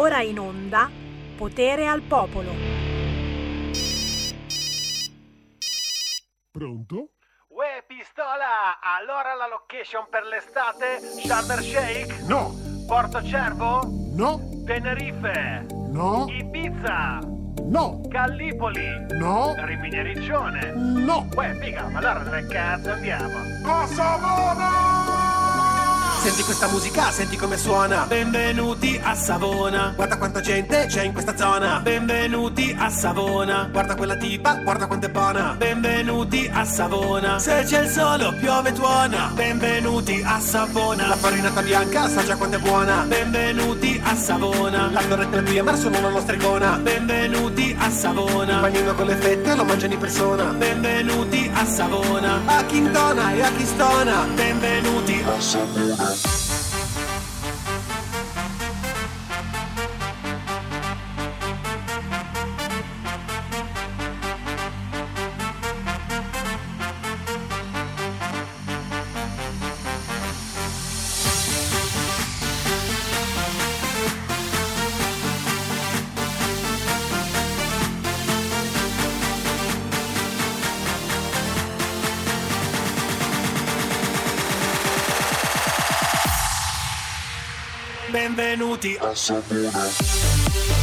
ora in onda Potere al Popolo. Pronto? Uè, pistola! Allora la location per l'estate? Sharm el Sheikh? No! Porto Cervo? No! Tenerife? No! Ibiza? No! Gallipoli? No! Rimini Riccione? No! Uè, figa, ma allora dove cazzo andiamo? A Savona! Senti questa musica, senti come suona. Benvenuti a Savona. Guarda quanta gente c'è in questa zona. Benvenuti a Savona. Guarda quella tipa, guarda quanto è buona. Benvenuti a Savona. Se c'è il sole o piove tuona. Benvenuti a Savona. La farinata bianca sa già quanto è buona. Benvenuti a Savona. La torretta e il PMR sono la nostra icona. Benvenuti a Savona. Il panino con le fette lo mangiano in persona. Benvenuti a Savona. A Quintona e a Chistona. Benvenuti a Savona. Benvenuti a Savona.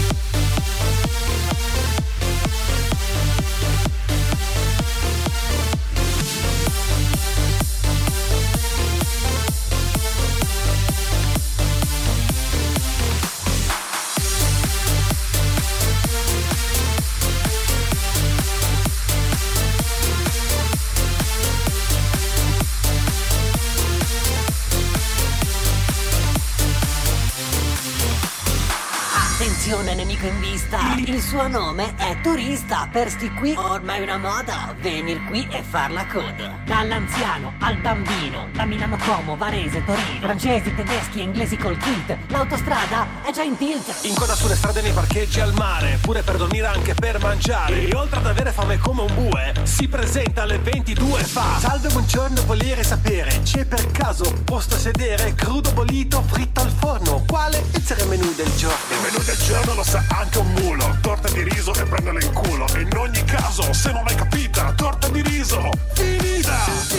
Attenzione, nemico in vista. Il suo nome è turista. Per sti qui ormai una moda venir qui e far la coda. Dall'anziano al bambino, da Milano Como, Varese, Torino, francesi, tedeschi, inglesi col kit. L'autostrada è già in tilt. In coda sulle strade, nei parcheggi, al mare, pure per dormire, anche per mangiare. E oltre ad avere fame come un bue, si presenta alle 22 e fa: salve, buongiorno, volere sapere, c'è per caso posto a sedere? Crudo, bollito, fritto al forno, quale è il menù del giorno? Il menù del giorno lo sa anche un mulo. Torta di riso e prendela in culo. E in ogni caso, se non l'hai capita, torta di riso finita!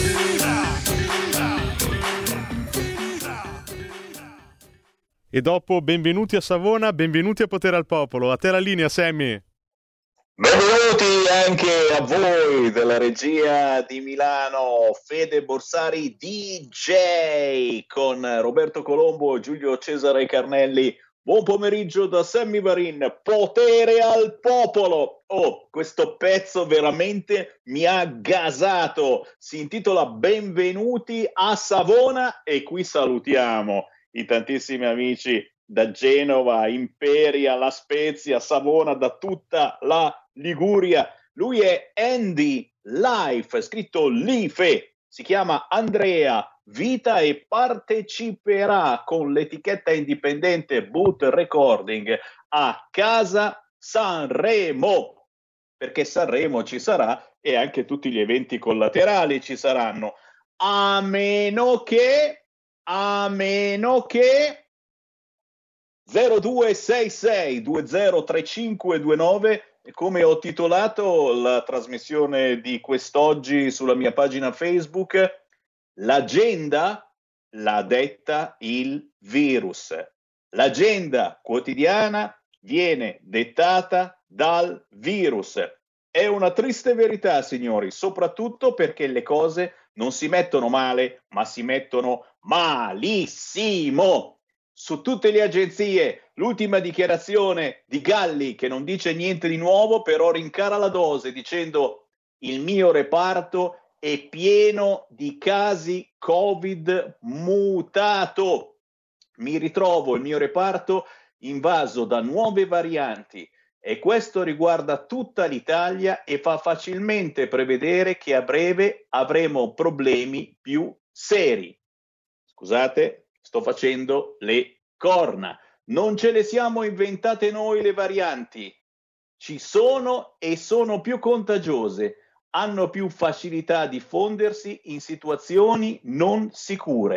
E dopo benvenuti a Savona, benvenuti a Potere al Popolo. A te la linea, Sammy. Benvenuti anche a voi della regia di Milano, Fede Borsari DJ con Roberto Colombo, Giulio Cesare Carnelli. Buon pomeriggio da Sammy Varin, Potere al Popolo. Oh, questo pezzo veramente mi ha gasato. Si intitola Benvenuti a Savona e qui salutiamo i tantissimi amici da Genova, Imperia, La Spezia, Savona, da tutta la Liguria. Lui è Andy Life, scritto Life, si chiama Andrea Vita e parteciperà con l'etichetta indipendente Boot Recording a Casa Sanremo, perché Sanremo ci sarà e anche tutti gli eventi collaterali ci saranno, a meno che 0266203529, come ho titolato la trasmissione di quest'oggi sulla mia pagina Facebook, l'agenda l'ha detta il virus. L'agenda quotidiana viene dettata dal virus. È una triste verità, signori, soprattutto perché le cose non si mettono male, ma si mettono malissimo. Su tutte le agenzie, l'ultima dichiarazione di Galli, che non dice niente di nuovo, però rincara la dose dicendo: il mio reparto è pieno di casi Covid mutato. Mi ritrovo il mio reparto invaso da nuove varianti e questo riguarda tutta l'Italia e fa facilmente prevedere che a breve avremo problemi più seri. Scusate, sto facendo le corna. Non ce le siamo inventate noi le varianti. Ci sono e sono più contagiose. Hanno più facilità a diffondersi in situazioni non sicure.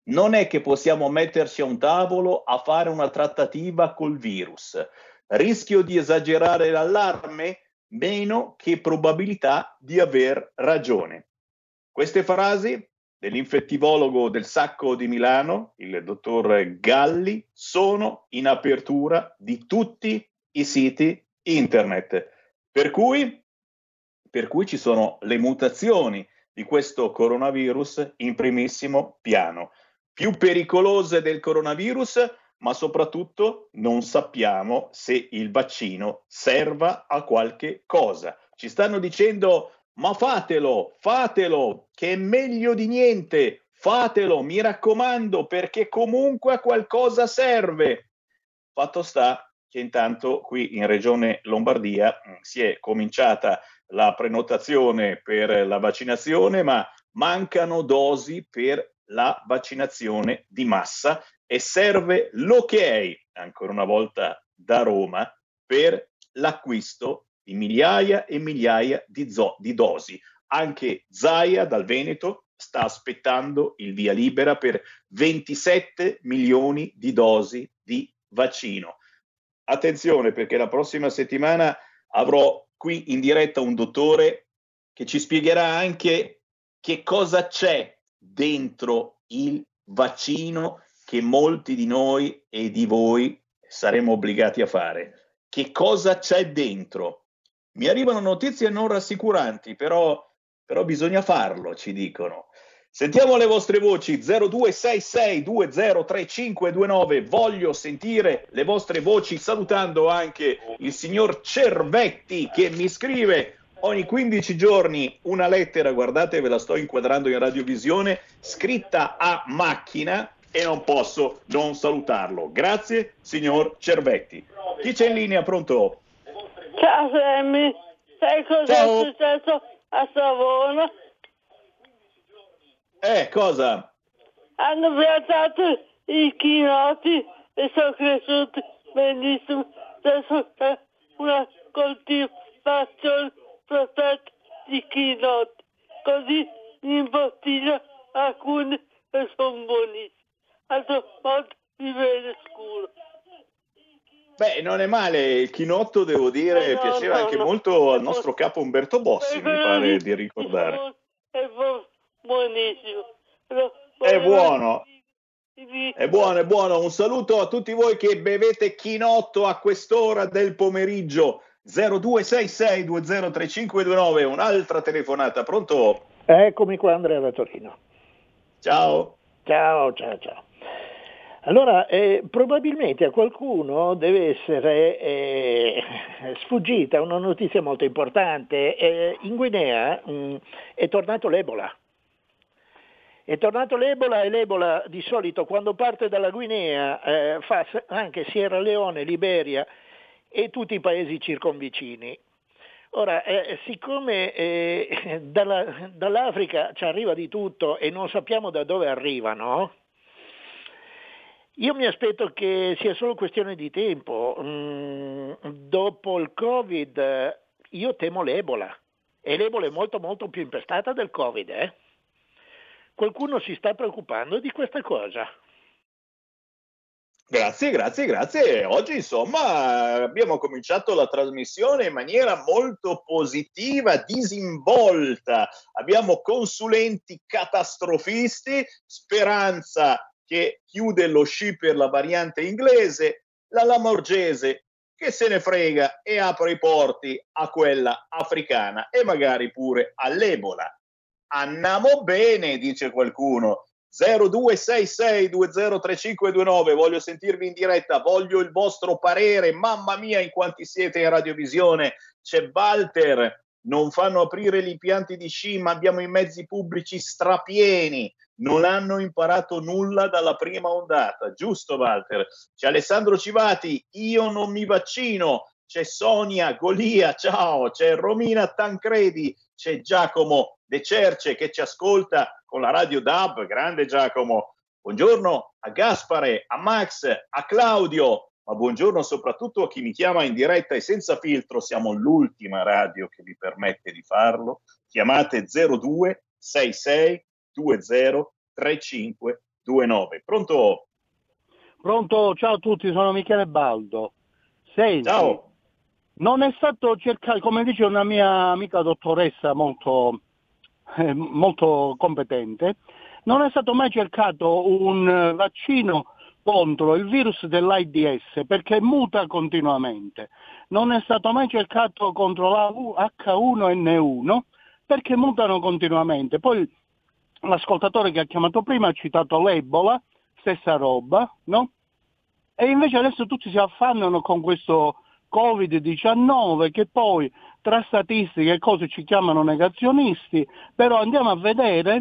non è che possiamo metterci a un tavolo a fare una trattativa col virus. Rischio di esagerare l'allarme? Meno che probabilità di aver ragione. Queste frasi dell'infettivologo del Sacco di Milano, il dottor Galli, sono in apertura di tutti i siti internet. Per cui ci sono le mutazioni di questo coronavirus in primissimo piano, più pericolose del coronavirus, ma soprattutto non sappiamo se il vaccino serva a qualche cosa. Ci stanno dicendo: ma fatelo, che è meglio di niente, fatelo, mi raccomando, perché comunque a qualcosa serve. Fatto sta che intanto qui in Regione Lombardia si è cominciata la prenotazione per la vaccinazione, ma mancano dosi per la vaccinazione di massa e serve l'ok, ancora una volta da Roma, per l'acquisto di migliaia e migliaia di dosi. Anche Zaia dal Veneto sta aspettando il via libera per 27 milioni di dosi di vaccino. Attenzione, perché la prossima settimana avrò qui in diretta un dottore che ci spiegherà anche che cosa c'è dentro il vaccino che molti di noi e di voi saremo obbligati a fare. Che cosa c'è dentro? Mi arrivano notizie non rassicuranti, però bisogna farlo, ci dicono. Sentiamo le vostre voci, 0266203529, voglio sentire le vostre voci, salutando anche il signor Cervetti che mi scrive ogni 15 giorni una lettera, guardate, ve la sto inquadrando in radiovisione, scritta a macchina, e non posso non salutarlo. Grazie, signor Cervetti. Chi c'è in linea? Pronto? Ciao Sammy, sai cosa Ciao. è successo a Savona? Cosa? Hanno piantato i chinoti e sono cresciuti benissimo. Adesso c'è una coltivazione protetta di chinoti, così in bottiglia alcuni sono buonissimi, altro modo di vedere scuro. Beh, non è male, il chinotto, devo dire, piaceva anche molto al nostro capo Umberto Bossi, mi pare di ricordare. È buonissimo. È buono. È buono. Un saluto a tutti voi che bevete chinotto a quest'ora del pomeriggio. 0266203529, un'altra telefonata. Pronto? Eccomi qua, Andrea da Torino. Ciao. Ciao. Allora, probabilmente a qualcuno deve essere sfuggita una notizia molto importante. In Guinea è tornato l'Ebola. E l'Ebola di solito quando parte dalla Guinea fa anche Sierra Leone, Liberia e tutti i paesi circonvicini. Ora, siccome dall'Africa ci arriva di tutto e non sappiamo da dove arrivano, io mi aspetto che sia solo questione di tempo. Dopo il Covid io temo l'Ebola, e l'Ebola è molto molto più impestata del Covid. Qualcuno si sta preoccupando di questa cosa? Grazie. Oggi insomma abbiamo cominciato la trasmissione in maniera molto positiva, disinvolta. Abbiamo consulenti catastrofisti, Speranza che chiude lo sci per la variante inglese, la Lamorgese che se ne frega e apre i porti a quella africana e magari pure all'Ebola. Andiamo bene, dice qualcuno. 0266203529, voglio sentirvi in diretta, voglio il vostro parere. Mamma mia, in quanti siete in radiovisione. C'è Walter, non fanno aprire gli impianti di sci, ma abbiamo i mezzi pubblici strapieni, non hanno imparato nulla dalla prima ondata, giusto Walter? C'è Alessandro Civati, io non mi vaccino. C'è Sonia Golia, ciao. C'è Romina Tancredi, c'è Giacomo De Cerce che ci ascolta con la radio DAB, grande Giacomo. Buongiorno a Gaspare, a Max, a Claudio, ma buongiorno soprattutto a chi mi chiama in diretta e senza filtro. Siamo l'ultima radio che vi permette di farlo. Chiamate 0266203529. 3629. Pronto? Pronto, ciao a tutti, sono Michele Baldo. Senti, Ciao. non è stato cercato, come dice una mia amica dottoressa molto competente, non è stato mai cercato un vaccino contro il virus dell'AIDS perché muta continuamente. Non è stato mai cercato contro la H1N1 perché mutano continuamente. Poi l'ascoltatore che ha chiamato prima ha citato l'Ebola, stessa roba, no? E invece adesso tutti si affannano con questo Covid-19 che poi tra statistiche e cose ci chiamano negazionisti, però andiamo a vedere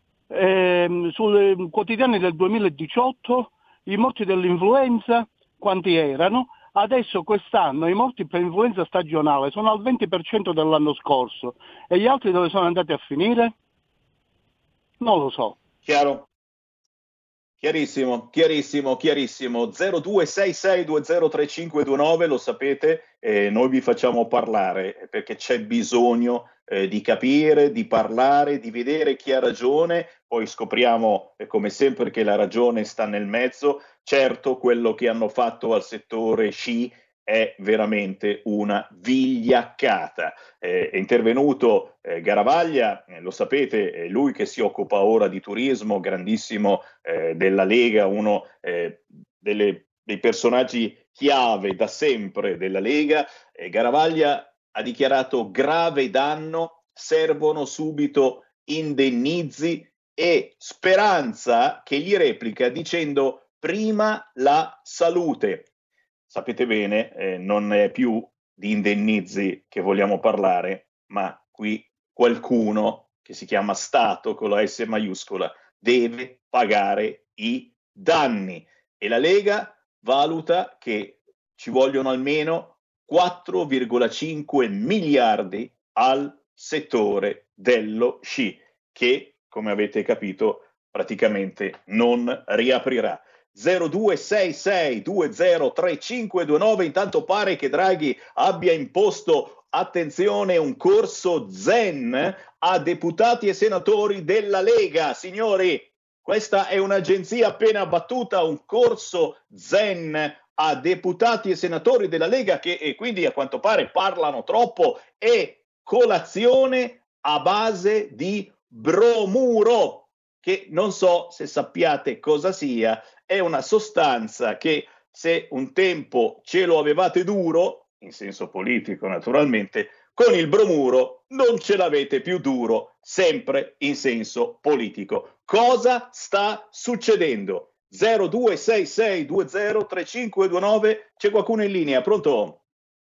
sui quotidiani del 2018 i morti dell'influenza quanti erano. Adesso quest'anno i morti per influenza stagionale sono al 20% dell'anno scorso e gli altri dove sono andati a finire? Non lo so. Chiaro? Chiarissimo. 0266203529, lo sapete, noi vi facciamo parlare perché c'è bisogno di capire, di parlare, di vedere chi ha ragione, poi scopriamo come sempre che la ragione sta nel mezzo. Certo, quello che hanno fatto al settore sci è veramente una vigliaccata. È intervenuto Garavaglia, lo sapete, è lui che si occupa ora di turismo, grandissimo della Lega, uno dei personaggi chiave da sempre della Lega. Garavaglia ha dichiarato grave danno, servono subito indennizi e Speranza che gli replica dicendo prima la salute. Sapete bene, non è più di indennizi che vogliamo parlare, ma qui qualcuno che si chiama Stato con la S maiuscola deve pagare i danni e la Lega valuta che ci vogliono almeno 4,5 miliardi al settore dello sci che, come avete capito, praticamente non riaprirà. 0266203529. Intanto pare che Draghi abbia imposto, attenzione, un corso zen a deputati e senatori della Lega. Signori, questa è un'agenzia appena battuta, un corso zen a deputati e senatori della Lega che quindi a quanto pare parlano troppo, e colazione a base di bromuro, che non so se sappiate cosa sia. È una sostanza che se un tempo ce lo avevate duro, in senso politico naturalmente, con il bromuro non ce l'avete più duro, sempre in senso politico. Cosa sta succedendo? 0266203529, c'è qualcuno in linea, pronto?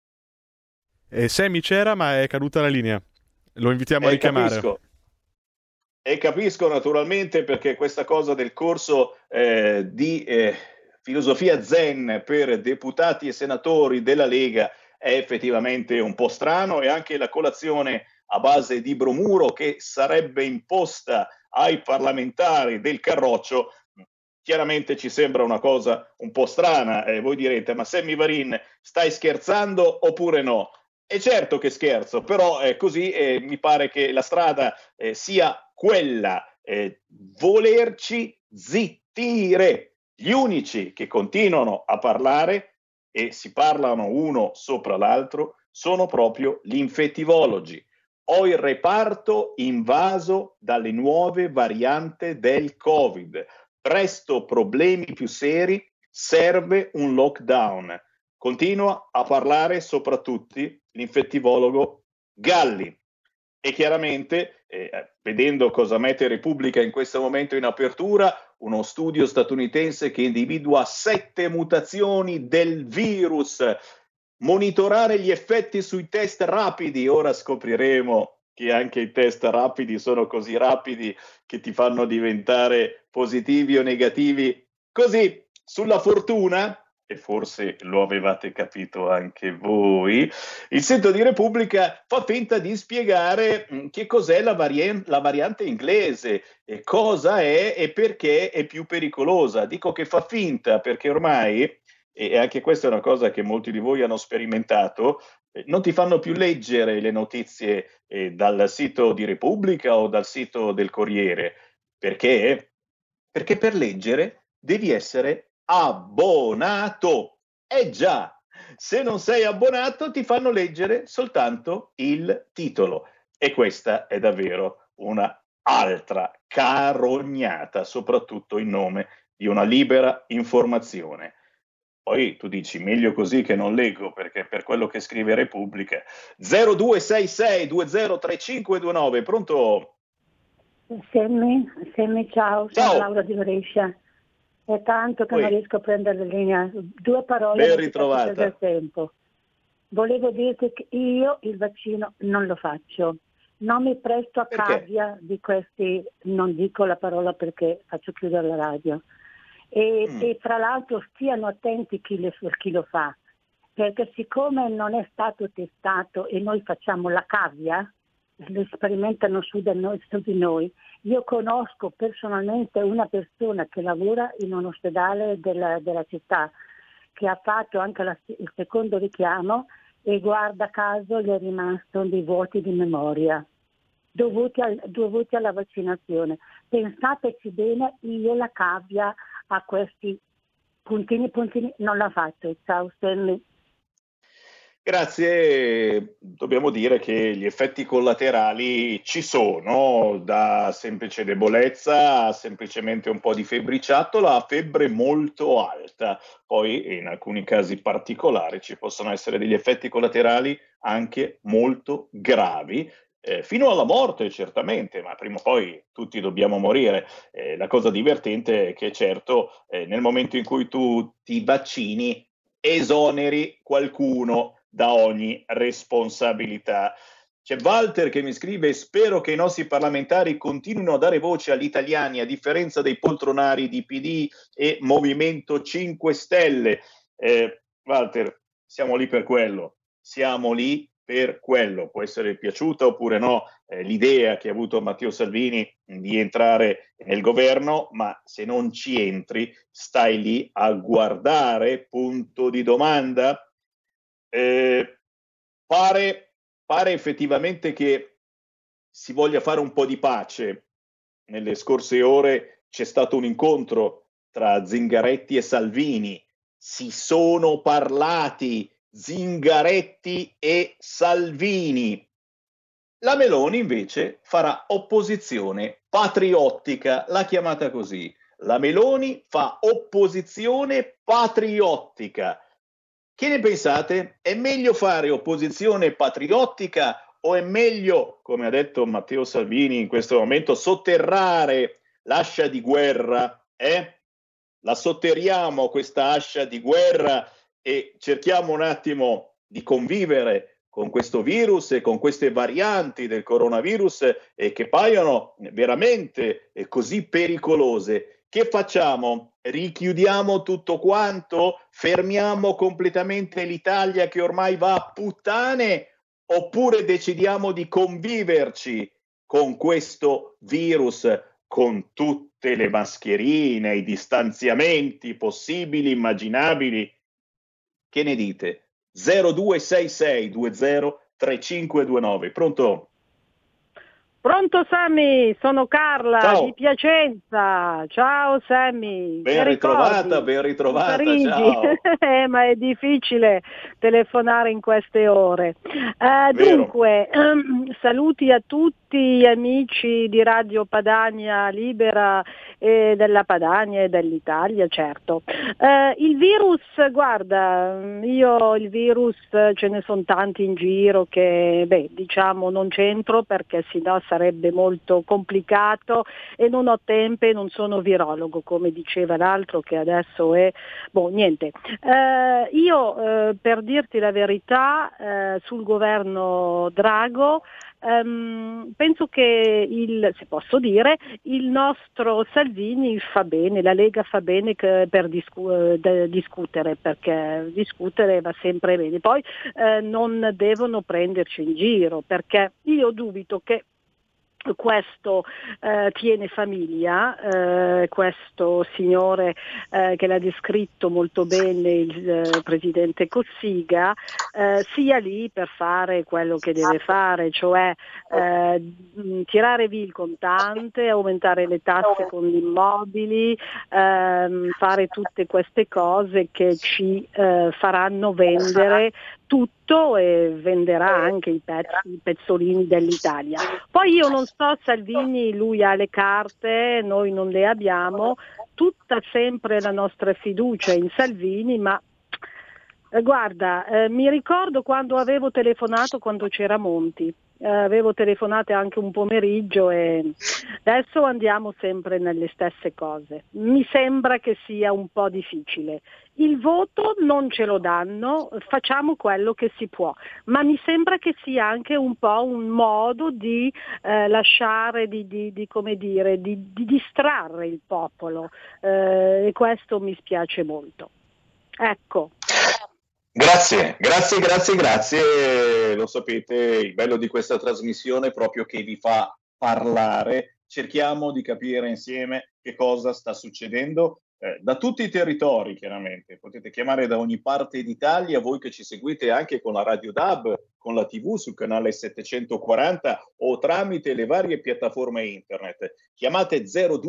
Sammy c'era ma è caduta la linea, lo invitiamo a richiamare. E capisco naturalmente perché questa cosa del corso di filosofia zen per deputati e senatori della Lega è effettivamente un po' strano, e anche la colazione a base di bromuro che sarebbe imposta ai parlamentari del Carroccio chiaramente ci sembra una cosa un po' strana. Voi direte, ma Sammy Varin, stai scherzando oppure no? E certo che scherzo, però così mi pare che la strada sia quella, volerci zittire. Gli unici che continuano a parlare e si parlano uno sopra l'altro sono proprio gli infettivologi. Ho il reparto invaso dalle nuove varianti del Covid. Presto problemi più seri, serve un lockdown. Continua a parlare soprattutto l'infettivologo Galli. E chiaramente, vedendo cosa mette Repubblica in questo momento in apertura, uno studio statunitense che individua 7 mutazioni del virus, monitorare gli effetti sui test rapidi. Ora scopriremo che anche i test rapidi sono così rapidi che ti fanno diventare positivi o negativi così sulla fortuna. E forse lo avevate capito anche voi, il sito di Repubblica fa finta di spiegare che cos'è la variante inglese, e cosa è e perché è più pericolosa. Dico che fa finta perché ormai, e anche questa è una cosa che molti di voi hanno sperimentato, non ti fanno più leggere le notizie dal sito di Repubblica o dal sito del Corriere, perché Perché per leggere devi essere abbonato. Già, se non sei abbonato ti fanno leggere soltanto il titolo. E questa è davvero una altra carognata, soprattutto in nome di una libera informazione. Poi tu dici meglio così che non leggo, perché per quello che scrive Repubblica. 0266203529, pronto? Semmi, ciao, sono Laura di Brescia. È tanto che non riesco a prendere la linea. 2 parole. Ben ritrovata. Del tempo. Volevo dirti che io il vaccino non lo faccio. Non mi presto a cavia di questi, non dico la parola perché faccio chiudere la radio. E fra l'altro stiano attenti chi lo fa, perché siccome non è stato testato e noi facciamo la cavia, lo sperimentano su di noi. Io conosco personalmente una persona che lavora in un ospedale della città, che ha fatto anche il secondo richiamo e guarda caso gli è rimasto dei vuoti di memoria dovuti alla vaccinazione. Pensateci bene, io la cavia a questi puntini non la faccio. Ciao Stanley. Grazie, dobbiamo dire che gli effetti collaterali ci sono, da semplice debolezza a semplicemente un po' di febbriciattola a febbre molto alta. Poi in alcuni casi particolari ci possono essere degli effetti collaterali anche molto gravi, fino alla morte certamente, ma prima o poi tutti dobbiamo morire. La cosa divertente è che certo nel momento in cui tu ti vaccini esoneri qualcuno da ogni responsabilità. C'è Walter che mi scrive: spero che i nostri parlamentari continuino a dare voce agli italiani a differenza dei poltronari di PD e Movimento 5 Stelle. Walter, siamo lì per quello, può essere piaciuta oppure no l'idea che ha avuto Matteo Salvini di entrare nel governo, ma se non ci entri stai lì a guardare, punto di domanda. Pare effettivamente che si voglia fare un po' di pace. Nelle scorse ore c'è stato un incontro tra Zingaretti e Salvini, si sono parlati Zingaretti e Salvini. La Meloni invece farà opposizione patriottica, l'ha chiamata così. La Meloni fa opposizione patriottica. Che ne pensate? È meglio fare opposizione patriottica o è meglio, come ha detto Matteo Salvini in questo momento, sotterrare l'ascia di guerra? La sotterriamo questa ascia di guerra e cerchiamo un attimo di convivere con questo virus e con queste varianti del coronavirus che paiono veramente così pericolose. Che facciamo? Richiudiamo tutto quanto? Fermiamo completamente l'Italia che ormai va a puttane? Oppure decidiamo di conviverci con questo virus, con tutte le mascherine, i distanziamenti possibili, immaginabili? Che ne dite? 0266203529. Pronto? Pronto Sammy, sono Carla. Ciao. Di Piacenza. Ciao Sammy. Ben ritrovata, ciao. Ma è difficile telefonare in queste ore. Dunque, saluti a tutti gli amici di Radio Padania Libera e della Padania e dell'Italia, certo. Il virus, guarda, il virus ce ne sono tanti in giro che, diciamo non c'entro perché sennò sarebbe molto complicato e non ho tempo e non sono virologo, come diceva l'altro che adesso è niente. Io per dirti la verità sul governo Drago penso che se posso dire, il nostro Salvini fa bene, la Lega fa bene per discutere, perché discutere va sempre bene. Poi non devono prenderci in giro, perché io dubito che questo tiene famiglia, questo signore che l'ha descritto molto bene il presidente Cossiga, sia lì per fare quello che deve fare, cioè tirare via il contante, aumentare le tasse con gli immobili, fare tutte queste cose che ci faranno vendere tutto e venderà anche i pezzolini dell'Italia. Poi io non so, Salvini, lui ha le carte, noi non le abbiamo, tutta sempre la nostra fiducia in Salvini, ma guarda, mi ricordo quando avevo telefonato quando c'era Monti, avevo telefonato anche un pomeriggio e adesso andiamo sempre nelle stesse cose. Mi sembra che sia un po' difficile. Il voto non ce lo danno, facciamo quello che si può, ma mi sembra che sia anche un po' un modo di lasciare, come dire, di distrarre il popolo, e questo mi spiace molto. Ecco. Grazie. Lo sapete, il bello di questa trasmissione è proprio che vi fa parlare. Cerchiamo di capire insieme che cosa sta succedendo da tutti i territori, chiaramente. Potete chiamare da ogni parte d'Italia, voi che ci seguite anche con la Radio DAB, con la TV sul canale 740 o tramite le varie piattaforme internet. Chiamate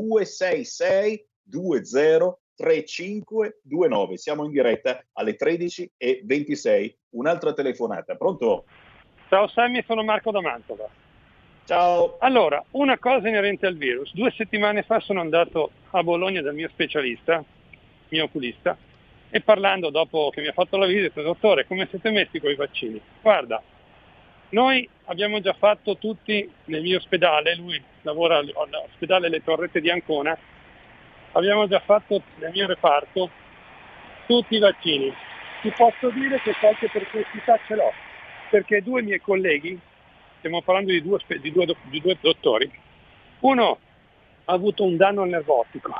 0266 20 3529. Siamo in diretta alle 13:26. Un'altra telefonata. Pronto? Ciao Sammy, sono Marco da Mantova. Ciao. Allora, una cosa inerente al virus. 2 settimane fa sono andato a Bologna dal mio specialista, mio oculista, e parlando dopo che mi ha fatto la visita, dottore, come siete messi con i vaccini? Guarda, noi abbiamo già fatto tutti nel mio ospedale, lui lavora all'ospedale Le Torrette di Ancona, abbiamo già fatto nel mio reparto tutti i vaccini. Ti posso dire che qualche perplessità ce l'ho, perché 2 miei colleghi, stiamo parlando di due dottori, uno ha avuto un danno al nervo ottico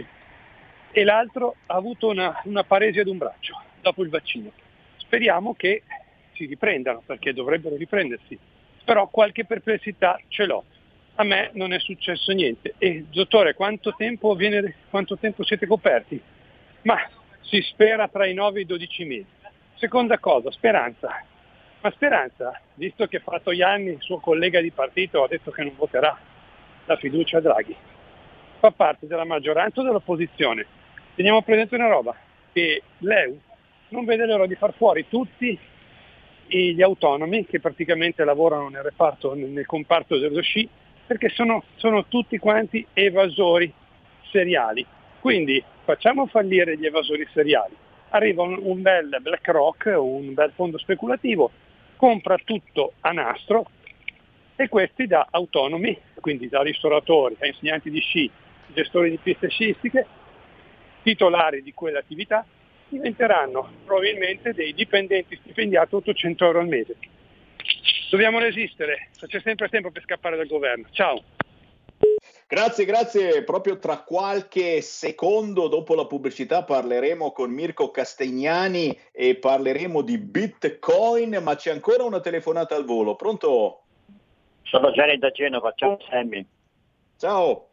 e l'altro ha avuto una paresia ad un braccio dopo il vaccino. Speriamo che si riprendano, perché dovrebbero riprendersi, però qualche perplessità ce l'ho. A me non è successo niente. E dottore, quanto tempo siete coperti? Ma si spera tra i 9 e i 12 mesi. Seconda cosa, Speranza. Ma Speranza, visto che fra Toianni, il suo collega di partito, ha detto che non voterà la fiducia a Draghi, fa parte della maggioranza o dell'opposizione? Teniamo presente una roba, che l'EU non vede l'ora di far fuori tutti gli autonomi che praticamente lavorano nel comparto dello sci, perché sono tutti quanti evasori seriali. Quindi facciamo fallire gli evasori seriali. Arriva un bel BlackRock, un bel fondo speculativo, compra tutto a nastro e questi da autonomi, quindi da ristoratori, da insegnanti di sci, gestori di piste sciistiche, titolari di quell'attività, diventeranno probabilmente dei dipendenti stipendiati 800 euro al mese. Dobbiamo resistere, c'è sempre tempo per scappare dal governo. Ciao. Grazie. Proprio tra qualche secondo dopo la pubblicità parleremo con Mirko Castignani e parleremo di Bitcoin, ma c'è ancora una telefonata al volo. Pronto? Sono Gianni da Genova, ciao Sammy. Ciao.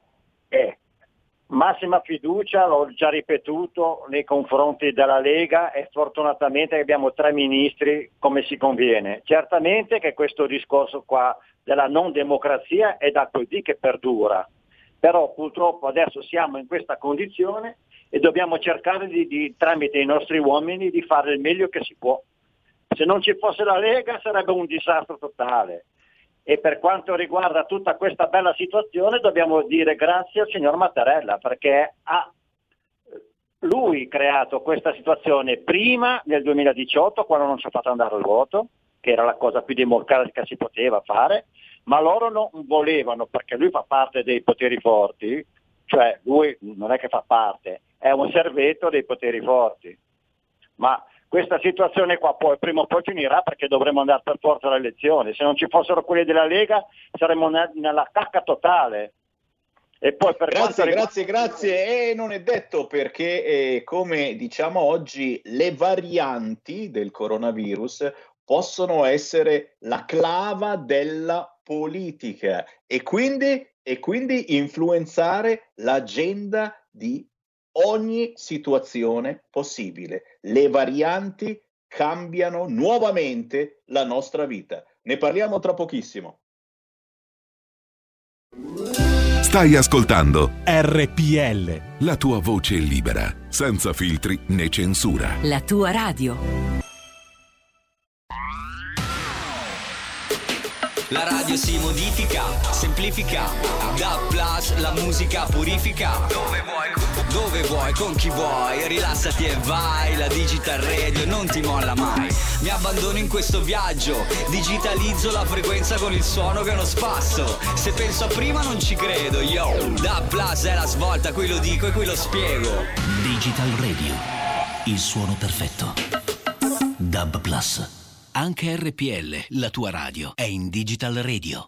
Massima fiducia, l'ho già ripetuto, nei confronti della Lega, e fortunatamente abbiamo 3 ministri come si conviene. Certamente che questo discorso qua della non democrazia è da così che perdura, però purtroppo adesso siamo in questa condizione e dobbiamo cercare di tramite i nostri uomini di fare il meglio che si può. Se non ci fosse la Lega sarebbe un disastro totale. E per quanto riguarda tutta questa bella situazione dobbiamo dire grazie al signor Mattarella, perché ha lui creato questa situazione prima nel 2018, quando non ci ha fatto andare al voto, che era la cosa più democratica che si poteva fare, ma loro non volevano, perché lui fa parte dei poteri forti, cioè lui non è che fa parte, è un servetto dei poteri forti. Ma questa situazione qua poi prima o poi finirà, perché dovremo andare per forza alle elezioni. Se non ci fossero quelli della Lega saremmo nella cacca totale. E poi per grazie. E non è detto, perché come diciamo oggi le varianti del coronavirus possono essere la clava della politica e quindi influenzare l'agenda di ogni situazione possibile. Le varianti cambiano nuovamente la nostra vita. Ne parliamo tra pochissimo. Stai ascoltando RPL, la tua voce libera, senza filtri né censura. La tua radio. La radio si modifica, semplifica, da plus la musica purifica. Dove vuoi, con chi vuoi, rilassati e vai. La Digital Radio non ti molla mai. Mi abbandono in questo viaggio, digitalizzo la frequenza con il suono che è uno spasso. Se penso a prima non ci credo, yo. Da plus è la svolta, qui lo dico e qui lo spiego. Digital Radio, il suono perfetto. Dub Plus. Anche RPL, la tua radio, è in Digital Radio.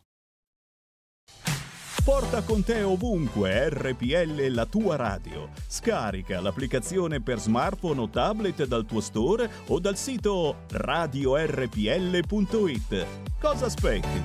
Porta con te ovunque RPL, la tua radio. Scarica l'applicazione per smartphone o tablet dal tuo store o dal sito radiorpl.it. Cosa aspetti?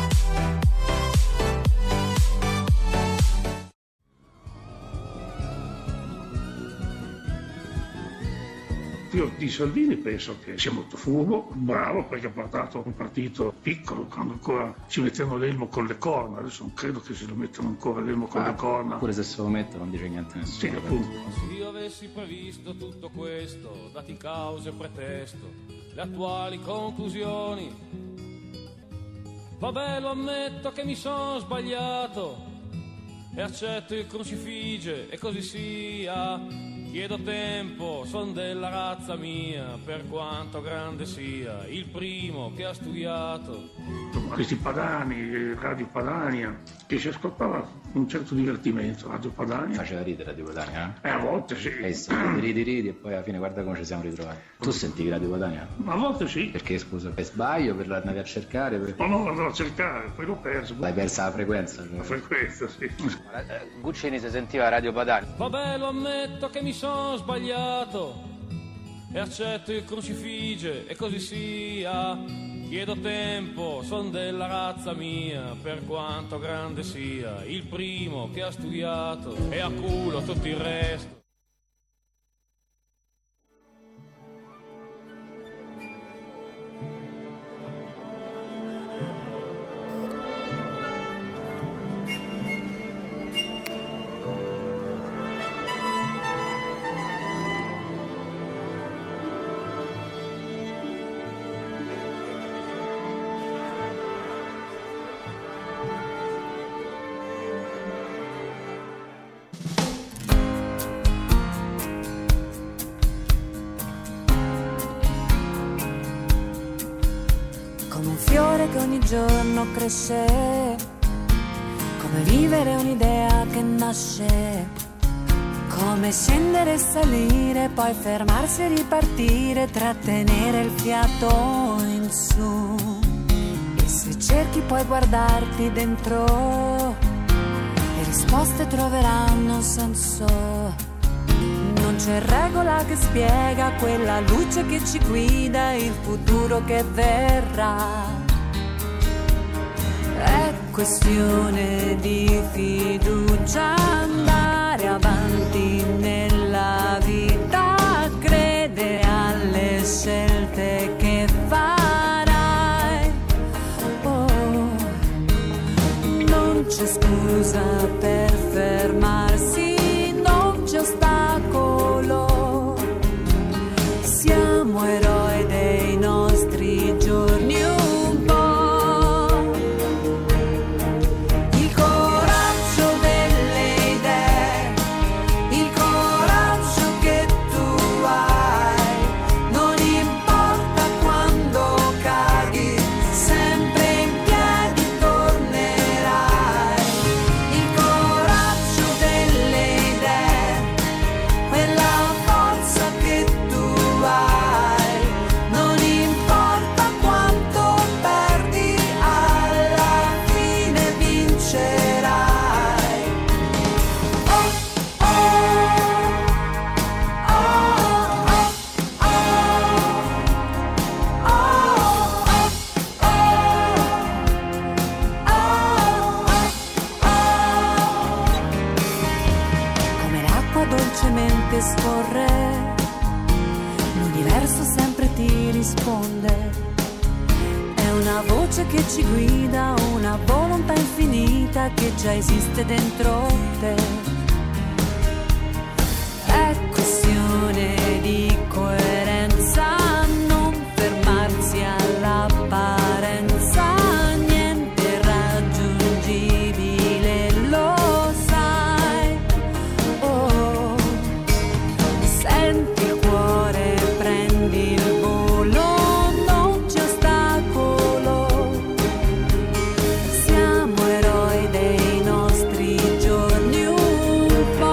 Io di Salvini penso che sia molto furbo, bravo, perché ha portato un partito piccolo, quando ancora ci mettevano l'elmo con le corna. Adesso non credo che se lo mettano ancora l'elmo con le corna. Pure se se lo mettono non dice niente a nessuno. Sì, appunto. Se io avessi previsto tutto questo, dati cause e pretesto, le attuali conclusioni, vabbè, lo ammetto che mi sono sbagliato e accetto il crucifige e così sia. Chiedo tempo, son della razza mia, per quanto grande sia, il primo che ha studiato. Questi Padani, Radio Padania, che si ascoltava un certo divertimento, Radio Padania. Faceva ridere Radio Padania, eh? A volte sì. Ridi e poi alla fine guarda come ci siamo ritrovati. Tu sentivi Radio Padania? A volte sì. Perché scusa, per sbaglio, per andavi a cercare? Per... No, andavo a cercare, poi l'ho perso. L'hai persa la frequenza? Cioè. La frequenza, sì. Guccini si sentiva Radio Padania. Vabbè, lo ammetto che mi sono sbagliato e accetto il crucifige e così sia. Chiedo tempo, son della razza mia, per quanto grande sia, il primo che ha studiato e a culo tutto il resto. Che ogni giorno cresce, come vivere un'idea che nasce, come scendere e salire, poi fermarsi e ripartire, trattenere il fiato in su. E se cerchi puoi guardarti dentro, le risposte troveranno senso. Non c'è regola che spiega quella luce che ci guida, il futuro che verrà. È questione di fiducia, andare avanti nella vita, credere alle scelte che farai. Oh, non c'è scusa per fermarsi, non c'è ostacolo. Siamo eroi dei nostri giorni. corre, l'universo sempre ti risponde. È una voce che ci guida, una volontà infinita che già esiste dentro te. È questione di coerenza, non fermarsi all'apparenza, niente raggiungibile, lo sai. Oh, senti il cuore, prendi il volo, non c'è ostacolo. Siamo eroi dei nostri giorni un po'.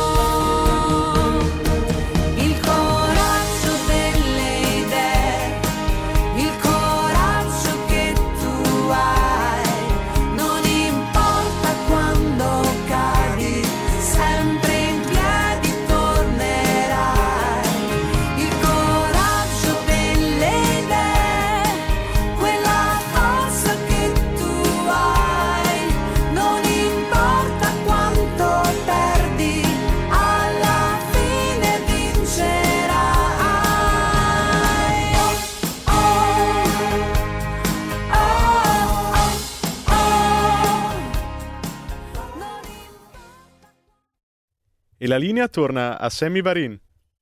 Il coraggio delle idee, il coraggio che tu hai, non importa quando cadi, sempre in piedi tornerai. Il coraggio delle idee, quella forza che tu hai, non importa quanto perdi, alla fine vincerai. Oh, oh, oh, oh. E la linea torna a Sammy Varin.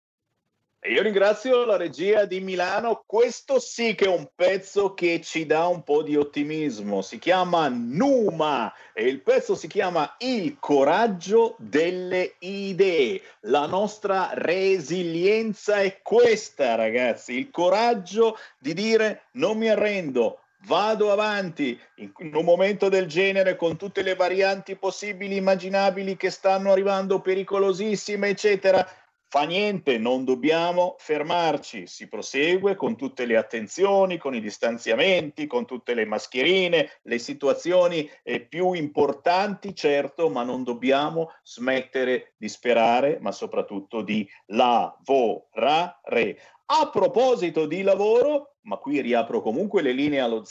E io ringrazio la regia di Milano. Questo sì che è un pezzo che ci dà un po' di ottimismo. Si chiama Numa e il pezzo si chiama Il coraggio delle idee. La nostra resilienza è questa, ragazzi. Il coraggio di dire non mi arrendo, vado avanti in un momento del genere, con tutte le varianti possibili, immaginabili che stanno arrivando, pericolosissime, eccetera. Fa niente, non dobbiamo fermarci, si prosegue con tutte le attenzioni, con i distanziamenti, con tutte le mascherine, le situazioni più importanti, certo, ma non dobbiamo smettere di sperare, ma soprattutto di lavorare. A proposito di lavoro, ma qui riapro comunque le linee allo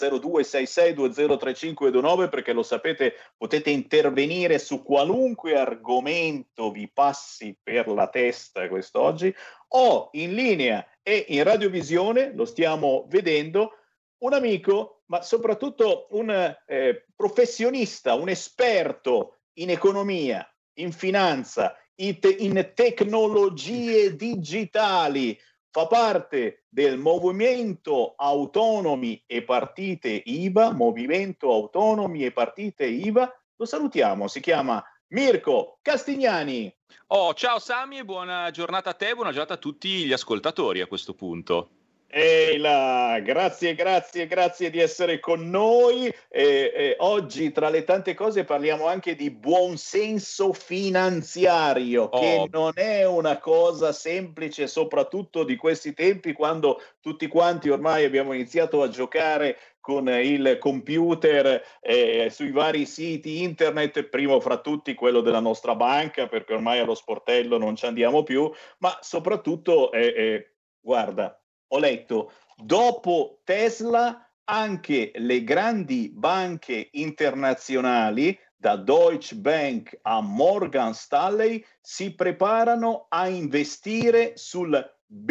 0266203529 perché lo sapete, potete intervenire su qualunque argomento vi passi per la testa quest'oggi. Ho in linea e in radiovisione, lo stiamo vedendo, un amico, ma soprattutto un professionista, un esperto in economia, in finanza, in tecnologie digitali. Fa parte del Movimento Autonomi e Partite IVA, Movimento Autonomi e Partite IVA. Lo salutiamo, si chiama Mirko Castignani. Oh, ciao Sami e buona giornata a te, buona giornata a tutti gli ascoltatori a questo punto. Ehi là, grazie di essere con noi. Oggi tra le tante cose parliamo anche di buonsenso finanziario, che non è una cosa semplice, soprattutto di questi tempi, quando tutti quanti ormai abbiamo iniziato a giocare con il computer sui vari siti internet, primo fra tutti quello della nostra banca, perché ormai allo sportello non ci andiamo più, ma soprattutto guarda, ho letto, dopo Tesla anche le grandi banche internazionali, da Deutsche Bank a Morgan Stanley, si preparano a investire sul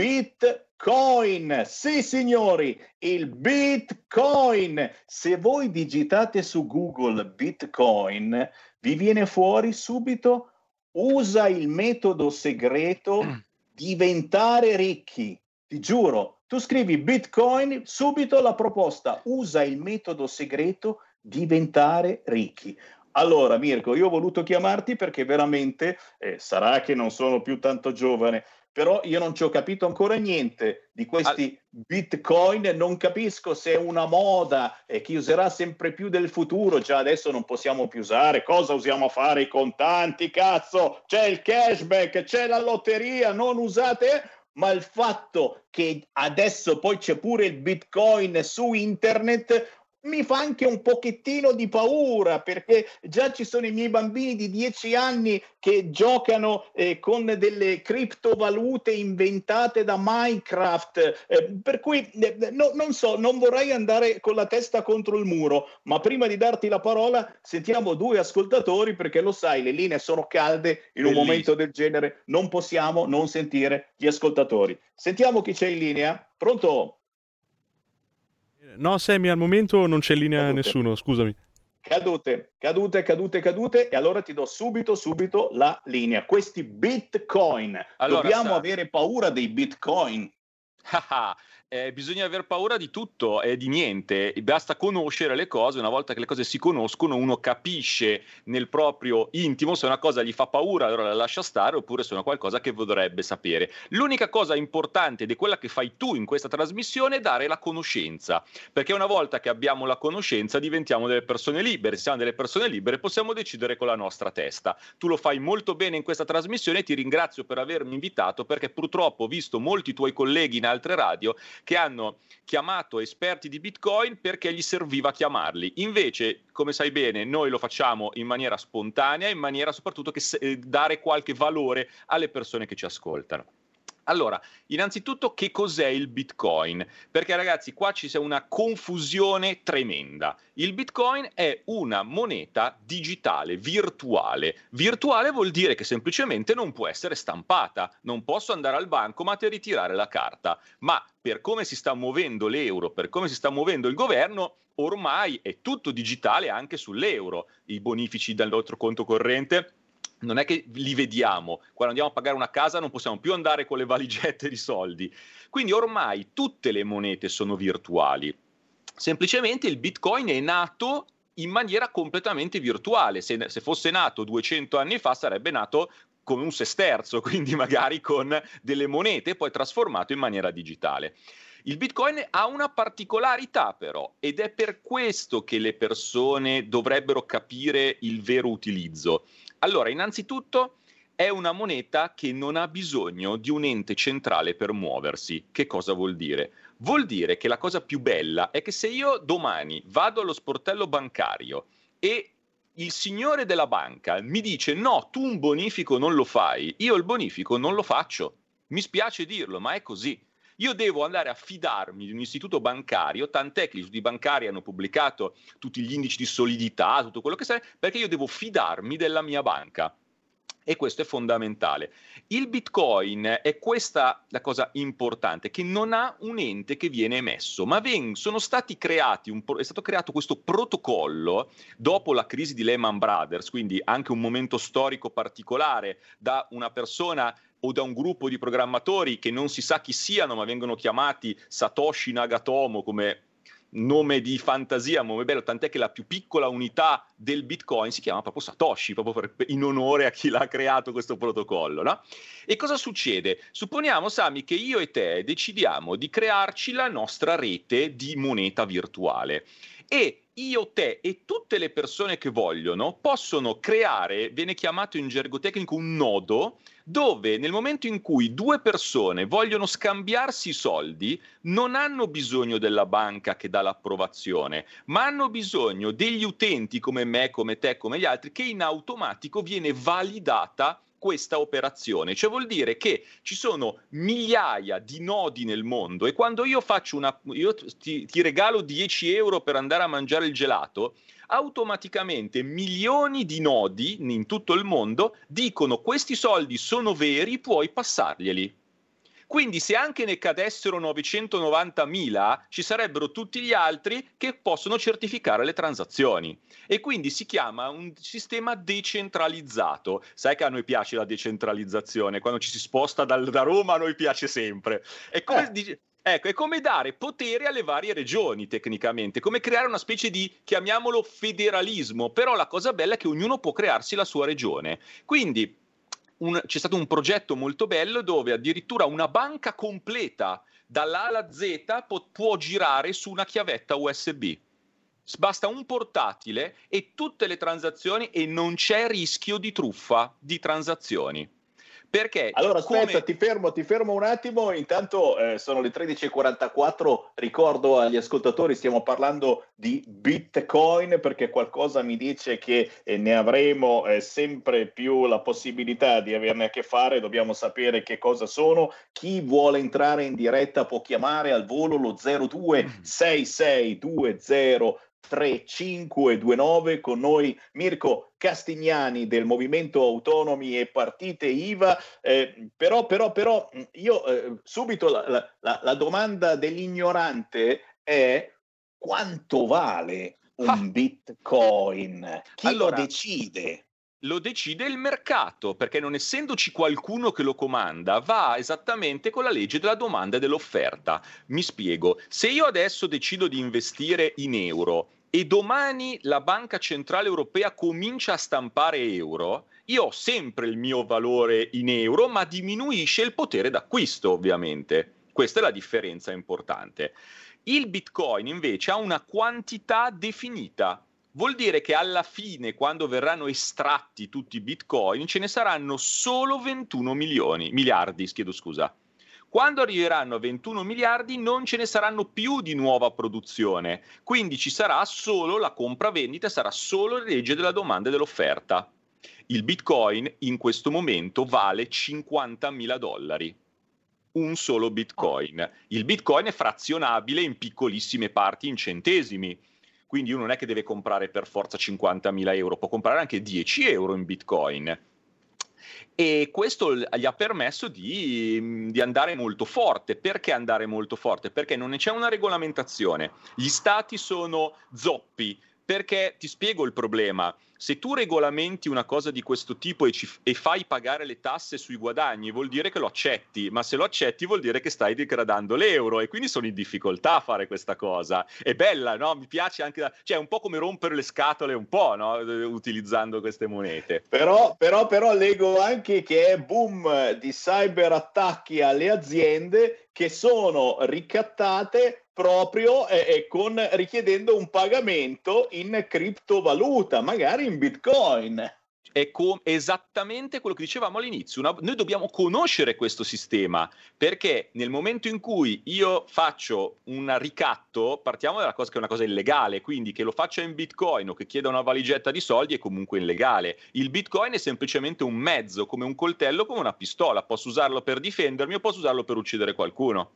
Bitcoin. Sì, signori, il Bitcoin. Se voi digitate su Google Bitcoin, vi viene fuori subito: usa il metodo segreto, diventare ricchi. Ti giuro, tu scrivi Bitcoin, subito la proposta: usa il metodo segreto, diventare ricchi. Allora Mirko, io ho voluto chiamarti perché veramente, sarà che non sono più tanto giovane, però io non ci ho capito ancora niente di questi Bitcoin, non capisco se è una moda che userà sempre più del futuro. Già adesso non possiamo più usare, cosa usiamo a fare? I contanti, cazzo, c'è il cashback, c'è la lotteria, non usate. Ma il fatto che adesso poi c'è pure il Bitcoin su internet, mi fa anche un pochettino di paura, perché già ci sono i miei bambini di 10 anni che giocano con delle criptovalute inventate da Minecraft, per cui non so, non vorrei andare con la testa contro il muro, ma prima di darti la parola sentiamo 2 ascoltatori, perché lo sai, le linee sono calde, in un momento del genere non possiamo non sentire gli ascoltatori. Sentiamo chi c'è in linea. Pronto? No, Sammy, al momento non c'è in linea nessuno, scusami. Cadute, e allora ti do subito la linea. Questi Bitcoin, allora, dobbiamo avere paura dei Bitcoin? Bisogna aver paura di tutto e di niente, basta conoscere le cose. Una volta che le cose si conoscono, uno capisce nel proprio intimo se una cosa gli fa paura, allora la lascia stare, oppure se è una qualcosa che vorrebbe sapere. L'unica cosa importante ed è quella che fai tu in questa trasmissione è dare la conoscenza, perché una volta che abbiamo la conoscenza diventiamo delle persone libere. Se siamo delle persone libere possiamo decidere con la nostra testa. Tu lo fai molto bene in questa trasmissione e ti ringrazio per avermi invitato, perché purtroppo ho visto molti tuoi colleghi in altre radio che hanno chiamato esperti di Bitcoin perché gli serviva chiamarli. Invece, come sai bene, noi lo facciamo in maniera spontanea, in maniera soprattutto che dare qualche valore alle persone che ci ascoltano. Allora, innanzitutto, che cos'è il Bitcoin? Perché ragazzi, qua c'è una confusione tremenda. Il Bitcoin è una moneta digitale, virtuale. Virtuale vuol dire che semplicemente non può essere stampata. Non posso andare al bancomat e ritirare la carta. Ma per come si sta muovendo l'euro, per come si sta muovendo il governo, ormai è tutto digitale anche sull'euro. I bonifici dal nostro conto corrente non è che li vediamo. Quando andiamo a pagare una casa non possiamo più andare con le valigette di soldi. Quindi ormai tutte le monete sono virtuali. Semplicemente il Bitcoin è nato in maniera completamente virtuale. Se fosse nato 200 anni fa sarebbe nato come un sesterzo, quindi magari con delle monete, poi trasformato in maniera digitale. Il Bitcoin ha una particolarità però, ed è per questo che le persone dovrebbero capire il vero utilizzo. Allora, innanzitutto è una moneta che non ha bisogno di un ente centrale per muoversi. Che cosa vuol dire? Vuol dire che la cosa più bella è che se io domani vado allo sportello bancario e il signore della banca mi dice no, tu un bonifico non lo fai, io il bonifico non lo faccio. Mi spiace dirlo, ma è così. Io devo andare a fidarmi di un istituto bancario, tant'è che gli istituti bancari hanno pubblicato tutti gli indici di solidità, tutto quello che serve, perché io devo fidarmi della mia banca. E questo è fondamentale. Il Bitcoin è questa la cosa importante, che non ha un ente che viene emesso, ma sono stati creati, è stato creato questo protocollo dopo la crisi di Lehman Brothers, quindi anche un momento storico particolare, da una persona o da un gruppo di programmatori che non si sa chi siano, ma vengono chiamati Satoshi Nagatomo come nome di fantasia, nome bello, tant'è che la più piccola unità del Bitcoin si chiama proprio Satoshi, proprio in onore a chi l'ha creato questo protocollo, no? E cosa succede? Supponiamo, Sami, che io e te decidiamo di crearci la nostra rete di moneta virtuale e io, te e tutte le persone che vogliono possono creare, viene chiamato in gergo tecnico un nodo, dove nel momento in cui 2 persone vogliono scambiarsi i soldi non hanno bisogno della banca che dà l'approvazione, ma hanno bisogno degli utenti come me, come te, come gli altri, che in automatico viene validata questa operazione. Cioè vuol dire che ci sono migliaia di nodi nel mondo e quando io faccio io ti regalo 10 euro per andare a mangiare il gelato, automaticamente milioni di nodi in tutto il mondo dicono questi soldi sono veri, puoi passarglieli. Quindi se anche ne cadessero 990.000, ci sarebbero tutti gli altri che possono certificare le transazioni. E quindi si chiama un sistema decentralizzato. Sai che a noi piace la decentralizzazione, quando ci si sposta da Roma a noi piace sempre. È come ecco, è come dare potere alle varie regioni tecnicamente, come creare una specie di, chiamiamolo, federalismo, però la cosa bella è che ognuno può crearsi la sua regione. Quindi c'è stato un progetto molto bello dove addirittura una banca completa dall'A alla Z può girare su una chiavetta USB. Basta un portatile e tutte le transazioni e non c'è rischio di truffa di transazioni. Perché allora aspetta, ti fermo un attimo, intanto sono le 13:44, ricordo agli ascoltatori, stiamo parlando di Bitcoin perché qualcosa mi dice che ne avremo sempre più la possibilità di averne a che fare, dobbiamo sapere che cosa sono. Chi vuole entrare in diretta può chiamare al volo lo 0266203529, con noi Mirko Castignani del Movimento Autonomi e Partite IVA. Però io subito la domanda dell'ignorante è: quanto vale un Bitcoin? Chi lo decide? Lo decide il mercato, perché non essendoci qualcuno che lo comanda, va esattamente con la legge della domanda e dell'offerta. Mi spiego: se io adesso decido di investire in euro e domani la Banca Centrale Europea comincia a stampare euro, io ho sempre il mio valore in euro, ma diminuisce il potere d'acquisto, ovviamente. Questa è la differenza importante. Il Bitcoin invece ha una quantità definita. Vuol dire che alla fine, quando verranno estratti tutti i Bitcoin, ce ne saranno solo 21 miliardi. Quando arriveranno a 21 miliardi non ce ne saranno più di nuova produzione, quindi ci sarà solo la compravendita, sarà solo la legge della domanda e dell'offerta. Il Bitcoin in questo momento vale $50.000. Un solo Bitcoin. Il Bitcoin è frazionabile in piccolissime parti, in centesimi. Quindi uno non è che deve comprare per forza 50.000 euro, può comprare anche 10 euro in Bitcoin. E questo gli ha permesso di andare molto forte. Perché andare molto forte? Perché non c'è una regolamentazione. Gli stati sono zoppi. Perché ti spiego il problema. Se tu regolamenti una cosa di questo tipo e fai pagare le tasse sui guadagni, vuol dire che lo accetti, ma se lo accetti vuol dire che stai degradando l'euro, e quindi sono in difficoltà a fare questa cosa. È bella, no? Mi piace anche, cioè è un po' come rompere le scatole un po', no? Utilizzando queste monete. Però leggo anche che è boom di cyberattacchi alle aziende che sono ricattate proprio richiedendo un pagamento in criptovaluta, magari in Bitcoin. È esattamente quello che dicevamo all'inizio. Noi dobbiamo conoscere questo sistema, perché nel momento in cui io faccio un ricatto, partiamo dalla cosa che è una cosa illegale, quindi che lo faccia in Bitcoin o che chieda una valigetta di soldi è comunque illegale. Il Bitcoin è semplicemente un mezzo, come un coltello, come una pistola. Posso usarlo per difendermi o posso usarlo per uccidere qualcuno.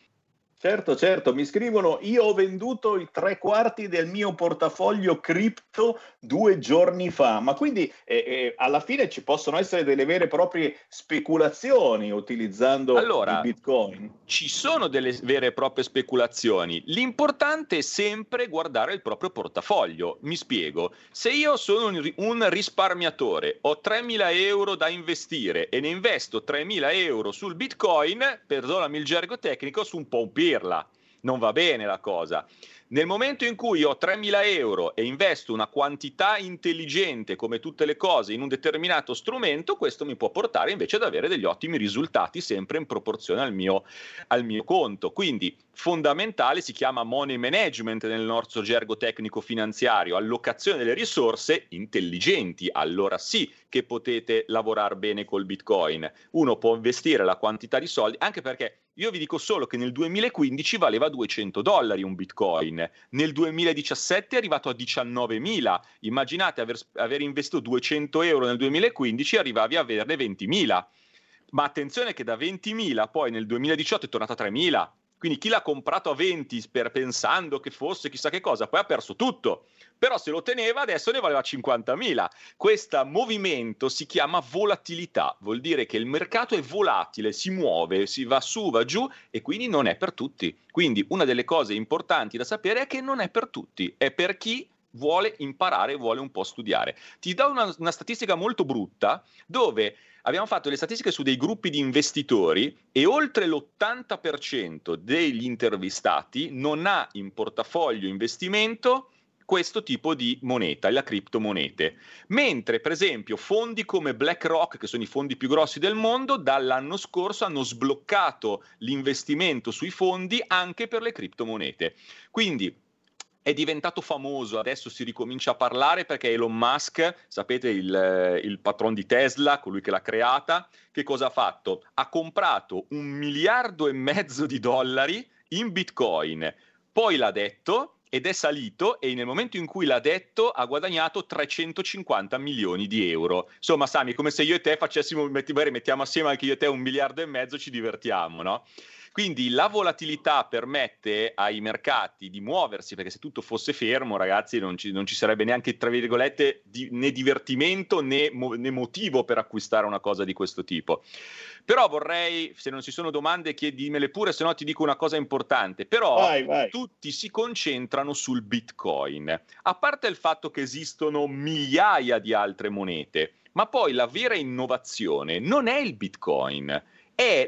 Certo, mi scrivono: io ho venduto i 3/4 del mio portafoglio cripto 2 giorni fa, ma quindi alla fine ci possono essere delle vere e proprie speculazioni utilizzando il Bitcoin? Ci sono delle vere e proprie speculazioni, l'importante è sempre guardare il proprio portafoglio. Mi spiego: se io sono un risparmiatore, ho 3.000 euro da investire e ne investo 3.000 euro sul Bitcoin, perdonami il gergo tecnico, su un po' un pirla. Non va bene la cosa. Nel momento in cui ho 3.000 euro e investo una quantità intelligente, come tutte le cose, in un determinato strumento, questo mi può portare invece ad avere degli ottimi risultati, sempre in proporzione al mio conto. Quindi fondamentale, si chiama money management nel nostro gergo tecnico finanziario, allocazione delle risorse intelligenti. Allora sì che potete lavorare bene col Bitcoin. Uno può investire la quantità di soldi, anche perché io vi dico solo che nel 2015 valeva $200 un Bitcoin, nel 2017 è arrivato a 19.000. Immaginate aver investito 200 euro nel 2015 e arrivavi a averne 20.000. Ma attenzione che da 20.000 poi nel 2018 è tornato a 3.000. Quindi chi l'ha comprato a 20 pensando che fosse chissà che cosa, poi ha perso tutto. Però se lo teneva adesso ne valeva 50.000. Questo movimento si chiama volatilità, vuol dire che il mercato è volatile, si muove, si va su, va giù, e quindi non è per tutti. Quindi una delle cose importanti da sapere è che non è per tutti, è per chi vuole imparare, vuole un po' studiare. Ti do una statistica molto brutta, dove abbiamo fatto le statistiche su dei gruppi di investitori e oltre l'80% degli intervistati non ha in portafoglio investimento questo tipo di moneta, la criptomonete. Mentre, per esempio, fondi come BlackRock, che sono i fondi più grossi del mondo, dall'anno scorso hanno sbloccato l'investimento sui fondi anche per le criptomonete. Quindi è diventato famoso, adesso si ricomincia a parlare perché Elon Musk, sapete il patron di Tesla, colui che l'ha creata, che cosa ha fatto? Ha comprato $1,5 miliardi di dollari in Bitcoin, poi l'ha detto ed è salito, e nel momento in cui l'ha detto ha guadagnato 350 milioni di euro. Insomma, Sami, è come se io e te mettiamo assieme anche io e te $1,5 miliardi, ci divertiamo, no? Quindi la volatilità permette ai mercati di muoversi, perché se tutto fosse fermo, ragazzi, non ci sarebbe neanche, tra virgolette, né divertimento né motivo per acquistare una cosa di questo tipo. Però vorrei, se non ci sono domande, chiedimele pure, se no ti dico una cosa importante. Però vai. Tutti si concentrano sul Bitcoin, a parte il fatto che esistono migliaia di altre monete, ma poi la vera innovazione non è il Bitcoin, è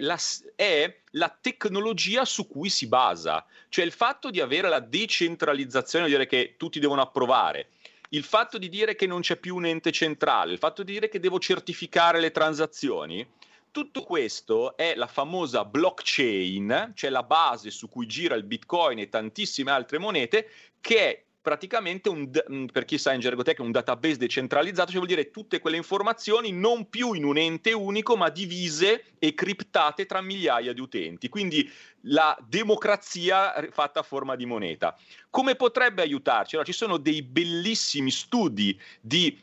la tecnologia su cui si basa, cioè il fatto di avere la decentralizzazione, di dire che tutti devono approvare, il fatto di dire che non c'è più un ente centrale, il fatto di dire che devo certificare le transazioni. Tutto questo è la famosa blockchain, cioè la base su cui gira il Bitcoin e tantissime altre monete, che è praticamente per chi sa in gergo tecnico, un database decentralizzato, cioè vuol dire tutte quelle informazioni non più in un ente unico, ma divise e criptate tra migliaia di utenti. Quindi la democrazia fatta a forma di moneta. Come potrebbe aiutarci? Allora, ci sono dei bellissimi studi di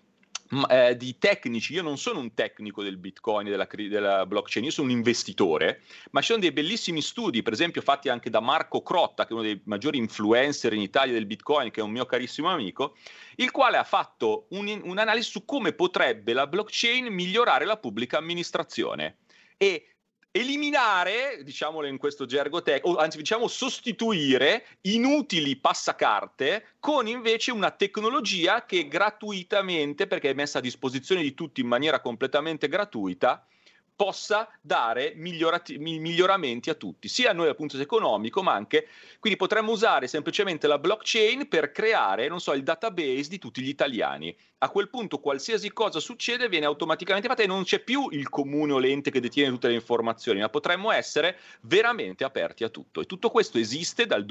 tecnici. Io non sono un tecnico del Bitcoin, della blockchain, io sono un investitore, ma ci sono dei bellissimi studi, per esempio fatti anche da Marco Crotta, che è uno dei maggiori influencer in Italia del Bitcoin, che è un mio carissimo amico, il quale ha fatto un'analisi su come potrebbe la blockchain migliorare la pubblica amministrazione e eliminare, diciamolo in questo gergo tecnico, anzi diciamo sostituire inutili passacarte con invece una tecnologia che gratuitamente, perché è messa a disposizione di tutti in maniera completamente gratuita, possa dare miglioramenti a tutti, sia a noi dal punto economico, ma anche, quindi potremmo usare semplicemente la blockchain per creare, non so, il database di tutti gli italiani. A quel punto qualsiasi cosa succede viene automaticamente fatta e non c'è più il comune o l'ente che detiene tutte le informazioni, ma potremmo essere veramente aperti a tutto. E tutto questo esiste dal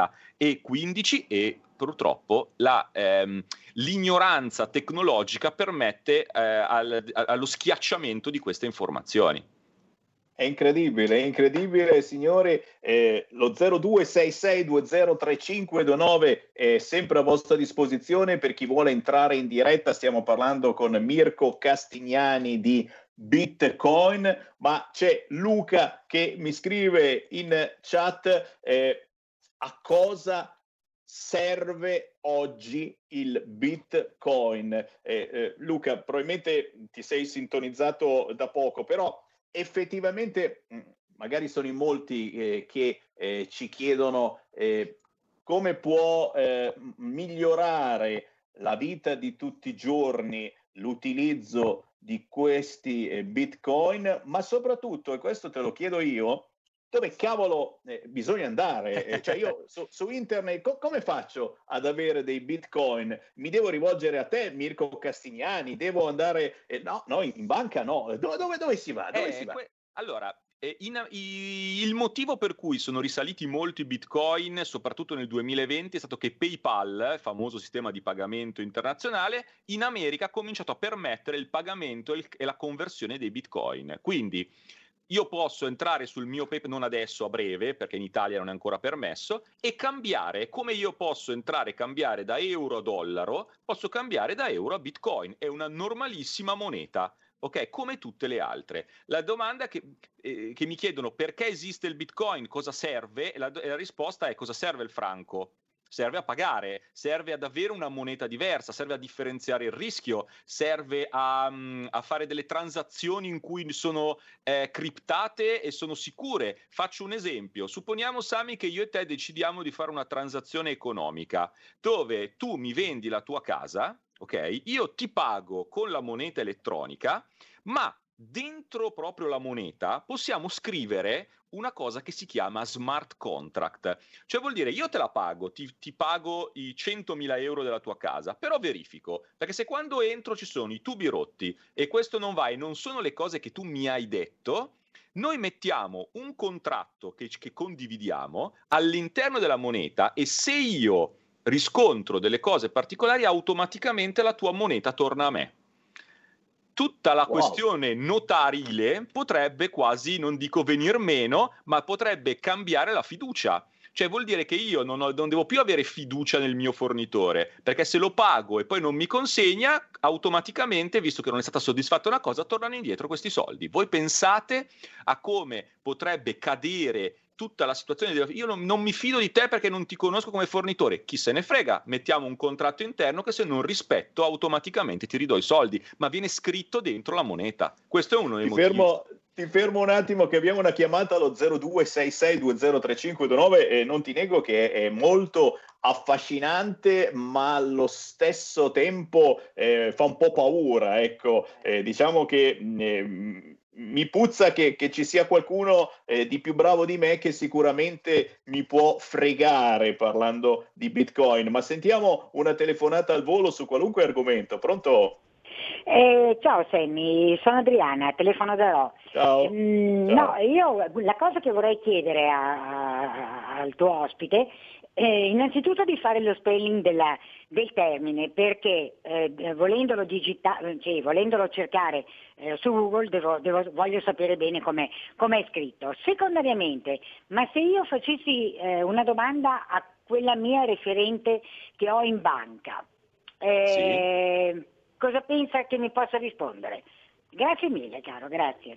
2015 e purtroppo l'ignoranza tecnologica permette allo schiacciamento di queste informazioni. È incredibile signori, lo 0266203529 è sempre a vostra disposizione per chi vuole entrare in diretta. Stiamo parlando con Mirko Castignani di Bitcoin, ma c'è Luca che mi scrive in chat a cosa serve oggi il Bitcoin. Luca, probabilmente ti sei sintonizzato da poco, però effettivamente magari sono in molti che ci chiedono come può migliorare la vita di tutti i giorni l'utilizzo di questi Bitcoin, ma soprattutto, e questo te lo chiedo io, dove cavolo bisogna andare? Cioè io su internet come faccio ad avere dei Bitcoin? Mi devo rivolgere a te, Mirko Castignani? Devo andare no, in banca no. Dove si va? Allora, il motivo per cui sono risaliti molto i Bitcoin, soprattutto nel 2020, è stato che PayPal, il famoso sistema di pagamento internazionale, in America ha cominciato a permettere il pagamento e la conversione dei Bitcoin. Quindi io posso entrare sul mio PayPal, non adesso, a breve, perché in Italia non è ancora permesso, e cambiare, come io posso entrare e cambiare da euro a dollaro, posso cambiare da euro a Bitcoin. È una normalissima moneta, ok? Come tutte le altre. La domanda che mi chiedono perché esiste il Bitcoin, cosa serve, e la risposta è: cosa serve il franco? Serve a pagare, serve ad avere una moneta diversa, serve a differenziare il rischio, serve a fare delle transazioni in cui sono criptate e sono sicure. Faccio un esempio: supponiamo, Sami, che io e te decidiamo di fare una transazione economica dove tu mi vendi la tua casa, ok? Io ti pago con la moneta elettronica, ma dentro proprio la moneta possiamo scrivere una cosa che si chiama smart contract, cioè vuol dire io te la pago, ti pago i 100.000 euro della tua casa, però verifico, perché se quando entro ci sono i tubi rotti e questo non va e non sono le cose che tu mi hai detto, noi mettiamo un contratto che condividiamo all'interno della moneta, e se io riscontro delle cose particolari, automaticamente la tua moneta torna a me. Tutta la questione notarile potrebbe quasi, non dico venir meno, ma potrebbe cambiare la fiducia. Cioè vuol dire che io non devo più avere fiducia nel mio fornitore, perché se lo pago e poi non mi consegna, automaticamente, visto che non è stata soddisfatta una cosa, tornano indietro questi soldi. Voi pensate a come potrebbe cadere tutta la situazione io non mi fido di te perché non ti conosco come fornitore. Chi se ne frega, mettiamo un contratto interno che se non rispetto automaticamente ti ridò i soldi, ma viene scritto dentro la moneta. Questo è uno dei motivi. Ti fermo un attimo che abbiamo una chiamata allo 0266203529 e non ti nego che è molto affascinante, ma allo stesso tempo fa un po' paura, ecco. Diciamo che mi puzza che ci sia qualcuno di più bravo di me che sicuramente mi può fregare parlando di Bitcoin, ma sentiamo una telefonata al volo su qualunque argomento. Pronto? Ciao Sammy, sono Adriana, telefono da Rho. Ciao. No, io la cosa che vorrei chiedere al tuo ospite è innanzitutto di fare lo spelling del termine, perché volendolo cercare su Google voglio sapere bene come è scritto. Secondariamente, ma se io facessi una domanda a quella mia referente che ho in banca, Sì. Cosa pensa che mi possa rispondere? Grazie mille, caro, grazie.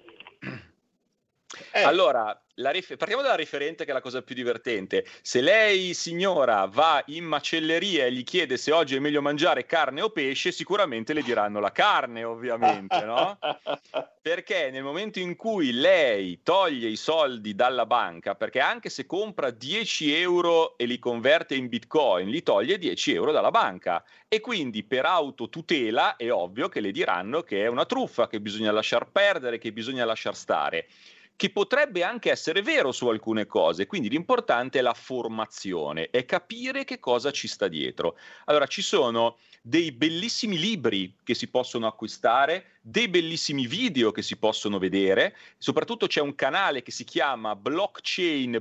Allora, partiamo dalla referente, che è la cosa più divertente. Se lei, signora, va in macelleria e gli chiede se oggi è meglio mangiare carne o pesce, sicuramente le diranno la carne, ovviamente, no? Perché nel momento in cui lei toglie i soldi dalla banca, perché anche se compra 10 euro e li converte in Bitcoin, li toglie 10 euro dalla banca. E quindi per autotutela è ovvio che le diranno che è una truffa, che bisogna lasciar perdere, che bisogna lasciar stare. Che potrebbe anche essere vero su alcune cose, quindi l'importante è la formazione, è capire che cosa ci sta dietro. Allora, ci sono dei bellissimi libri che si possono acquistare, dei bellissimi video che si possono vedere, soprattutto c'è un canale che si chiama Blockchain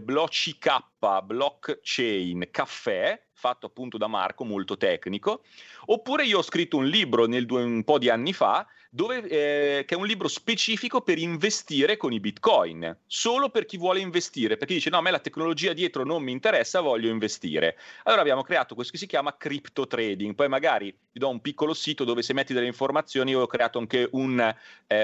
Caffè, fatto appunto da Marco, molto tecnico. Oppure io ho scritto un libro un po' di anni fa, che è un libro specifico per investire con i Bitcoin, solo per chi vuole investire, perché dice no, a me la tecnologia dietro non mi interessa, voglio investire. Allora abbiamo creato questo che si chiama Crypto Trading, poi magari vi do un piccolo sito dove se metti delle informazioni, io ho creato anche un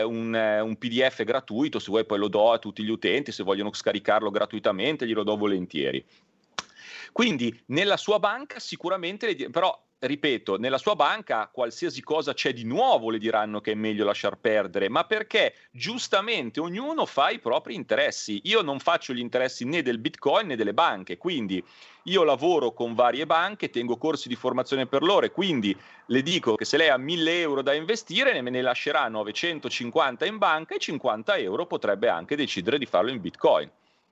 PDF gratuito, se vuoi poi lo do a tutti gli utenti, se vogliono scaricarlo gratuitamente glielo do volentieri. Quindi nella sua banca sicuramente, però ripeto, nella sua banca qualsiasi cosa c'è di nuovo le diranno che è meglio lasciar perdere, ma perché giustamente ognuno fa i propri interessi. Io non faccio gli interessi né del Bitcoin né delle banche, quindi io lavoro con varie banche, tengo corsi di formazione per loro e quindi le dico che se lei ha 1.000 euro da investire ne lascerà 950 in banca e 50 euro potrebbe anche decidere di farlo in Bitcoin.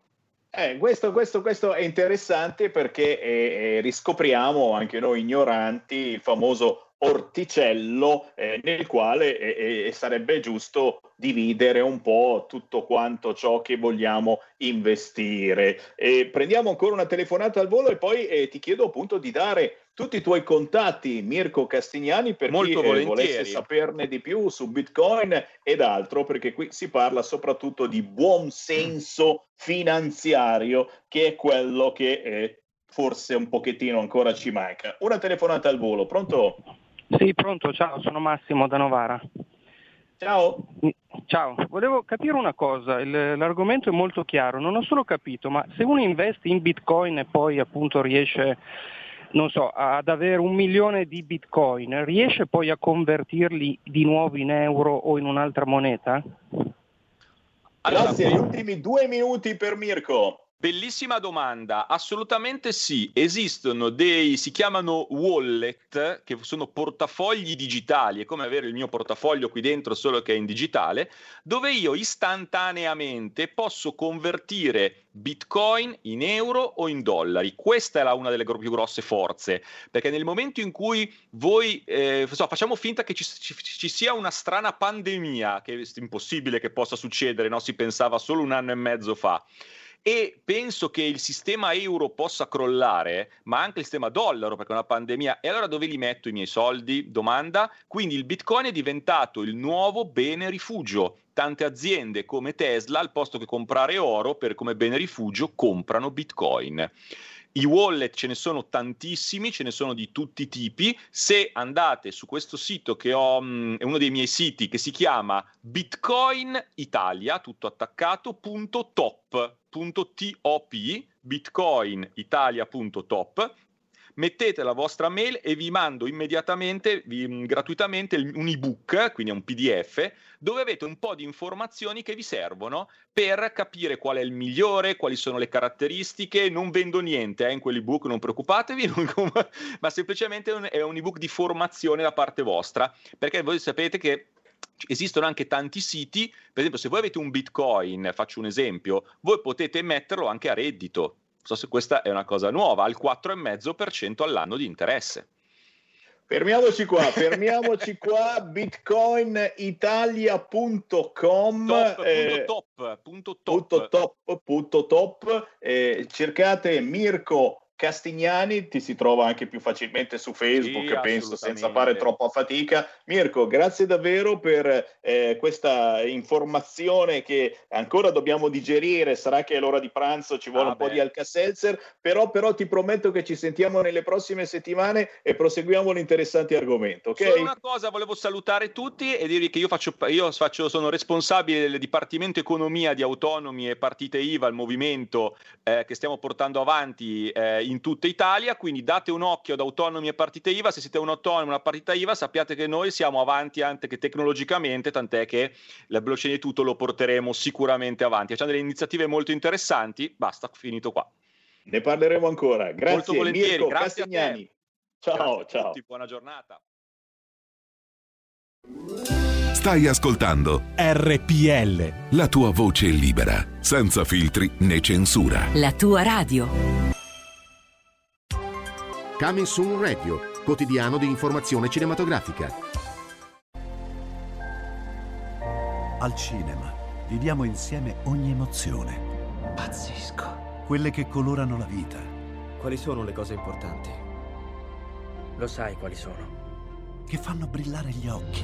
Questo è interessante perché riscopriamo anche noi ignoranti il famoso orticello nel quale sarebbe giusto dividere un po' tutto quanto ciò che vogliamo investire. Prendiamo ancora una telefonata al volo e poi ti chiedo appunto di dare tutti i tuoi contatti, Mirko Castignani, per molto chi volentieri volesse saperne di più su Bitcoin ed altro, perché qui si parla soprattutto di buon senso finanziario, che è quello che forse un pochettino ancora ci manca. Una telefonata al volo, pronto? Sì, pronto, ciao, sono Massimo da Novara. Ciao. Ciao, volevo capire una cosa, l'argomento è molto chiaro, non ho solo capito, ma se uno investe in Bitcoin e poi appunto riesce, non so, ad avere 1 milione di Bitcoin, riesce poi a convertirli di nuovo in euro o in un'altra moneta? Grazie, gli ultimi 2 minuti per Mirko. Bellissima domanda, assolutamente sì, esistono si chiamano wallet, che sono portafogli digitali, è come avere il mio portafoglio qui dentro solo che è in digitale, dove io istantaneamente posso convertire Bitcoin in euro o in dollari. Questa è una delle più grosse forze, perché nel momento in cui voi, facciamo finta che ci sia una strana pandemia, che è impossibile che possa succedere, no? Si pensava solo 1 anno e mezzo fa, e penso che il sistema euro possa crollare, ma anche il sistema dollaro, perché è una pandemia, e allora dove li metto i miei soldi? Domanda. Quindi il Bitcoin è diventato il nuovo bene rifugio. Tante aziende come Tesla, al posto che comprare oro come bene rifugio, comprano Bitcoin. I wallet ce ne sono tantissimi, ce ne sono di tutti i tipi. Se andate su questo sito che ho, è uno dei miei siti, che si chiama Bitcoin Italia, tutto attaccato, .top, bitcoinitalia.top, mettete la vostra mail e vi mando immediatamente, gratuitamente, un ebook, quindi un PDF, dove avete un po' di informazioni che vi servono per capire qual è il migliore, quali sono le caratteristiche. Non vendo niente in quell'ebook, non preoccupatevi, ma semplicemente è un ebook di formazione da parte vostra, perché voi sapete che esistono anche tanti siti. Per esempio, se voi avete un Bitcoin, faccio un esempio, voi potete metterlo anche a reddito. Non so se questa è una cosa nuova, al 4,5% all'anno di interesse. Fermiamoci qua, bitcoinitalia.com, .top, cercate Mirko Castignani, ti si trova anche più facilmente su Facebook, sì, penso, senza fare troppa fatica. Mirko, grazie davvero per questa informazione che ancora dobbiamo digerire. Sarà che è l'ora di pranzo, ci vuole un po' di Alka-Seltzer, però ti prometto che ci sentiamo nelle prossime settimane e proseguiamo l'interessante argomento. Okay? Solo una cosa, volevo salutare tutti e dirvi che sono responsabile del Dipartimento Economia di Autonomi e Partite IVA, il movimento che stiamo portando avanti in tutta Italia, quindi date un occhio ad Autonomi e Partite IVA. Se siete un autonomo, una partita IVA, sappiate che noi siamo avanti anche tecnologicamente, tant'è che la blockchain e tutto lo porteremo sicuramente avanti. Facciamo delle iniziative molto interessanti. Basta, finito qua. Ne parleremo ancora. Grazie, molto volentieri. Mirko Grazie Castignani. Ciao, grazie a tutti, buona giornata. Stai ascoltando RPL, la tua voce libera, senza filtri né censura. La tua radio. Coming Soon Radio, quotidiano di informazione cinematografica. Al cinema viviamo insieme ogni emozione. Pazzesco. Quelle che colorano la vita. Quali sono le cose importanti? Lo sai quali sono? Che fanno brillare gli occhi.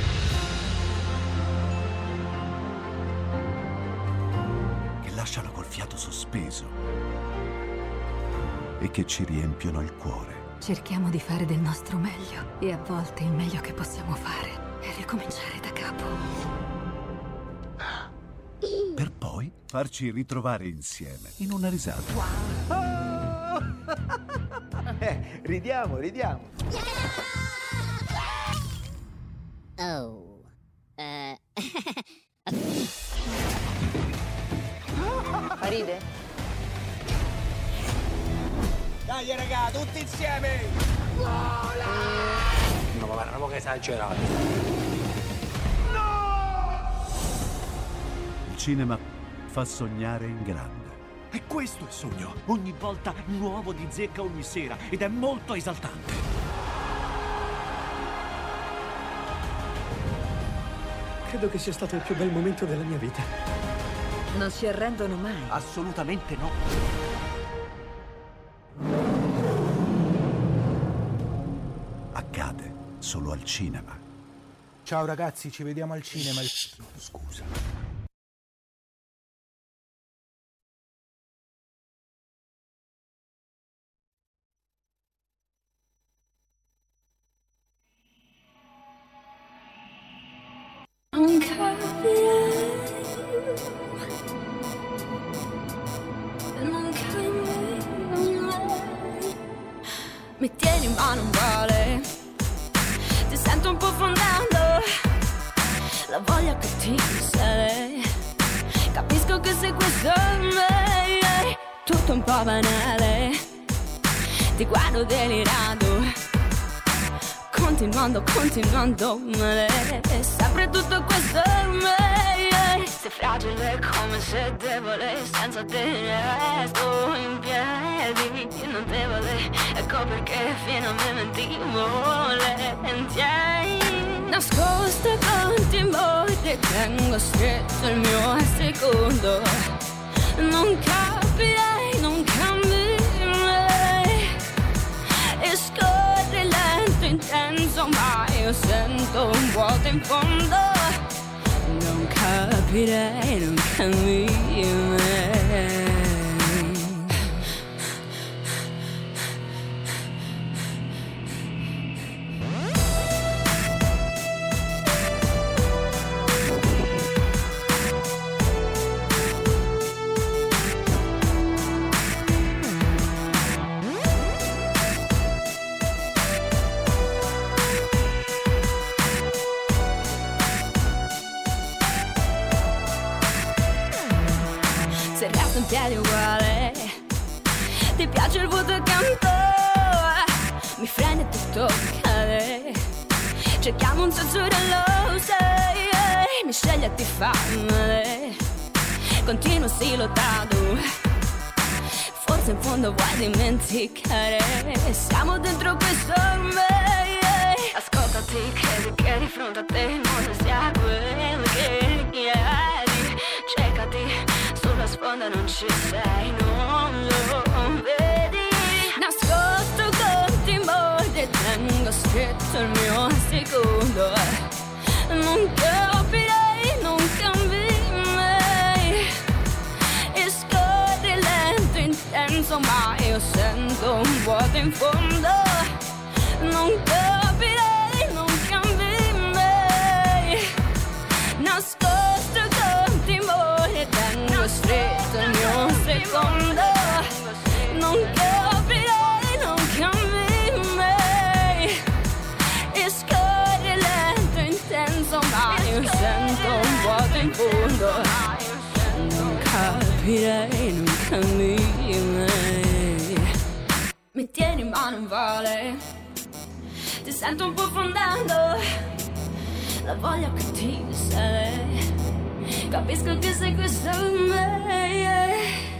Che lasciano col fiato sospeso. E che ci riempiono il cuore. Cerchiamo di fare del nostro meglio e a volte il meglio che possiamo fare è ricominciare da capo. Per poi farci ritrovare insieme in una risata. Wow. Ridiamo. Oh. Ride? Dai raga, tutti insieme! Vola! No, ma non che esagerato. No! Il cinema fa sognare in grande. E questo è il sogno. Ogni volta nuovo di zecca ogni sera ed è molto esaltante. Credo che sia stato il più bel momento della mia vita. Non si arrendono mai. Assolutamente no. Accade solo al cinema. Ciao ragazzi, ci vediamo al cinema. Scusa. Mi tieni in mano un vale, ti sento un po' fondando, la voglia che ti sale, capisco che sei questo me, tutto un po' banale, ti guardo delirando, continuando male, sempre tutto questo me, sei fragile come se debole, senza te resto in piedi, notevole, ecco perché fino a me mentivo volentieri, nascosta con timore, tengo stretto il mio secondo, non capirei, non cambierei e scorre lento, intenso, ma io sento un vuoto in fondo. Non capirei, non cambierei. Piedi uguale, ti piace il vuoto accanto, mi freni e tutto cade, cerchiamo un sussurro, sai, mi scegli e ti fa male, continuo silotato, forse in fondo vuoi dimenticare, siamo dentro questo ormai, ascoltati che di fronte a te il mondo sia quello che chiedi, cercati. Sulla sponda non ci sei, non lo vedi. Nascosto con timore, tengo scritto il mio secondo. Non capirei, non cambi mai. E scorre lento, intenso, ma io sento un vuoto in fondo. Non capirei, non cambi mai. Nascosto con timore, tengo stretto il mio secondo. Non capirei, non cambi mai. E scorre lento, intenso, ma io sento un vuoto in fondo. Non capirei, non cambi mai. Mi tieni ma non vale. Ti sento un po' fondando. La voglia che ti sale. Capisco che sei questo me.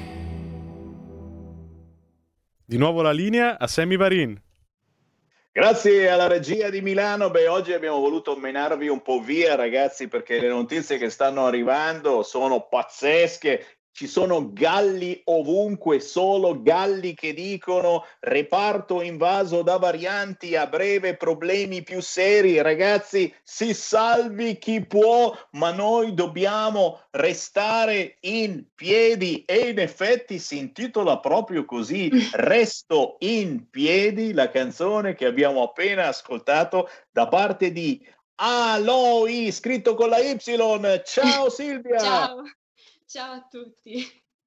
Di nuovo la linea a Sammy Varin. Grazie alla regia di Milano. Oggi abbiamo voluto menarvi un po' via, ragazzi, perché le notizie che stanno arrivando sono pazzesche. Ci sono galli ovunque, solo galli che dicono reparto invaso da varianti, a breve problemi più seri. Ragazzi, si salvi chi può, ma noi dobbiamo restare in piedi, e in effetti si intitola proprio così, Resto in piedi, la canzone che abbiamo appena ascoltato da parte di Aloi, scritto con la Y. Ciao Silvia! Ciao! Ciao a tutti.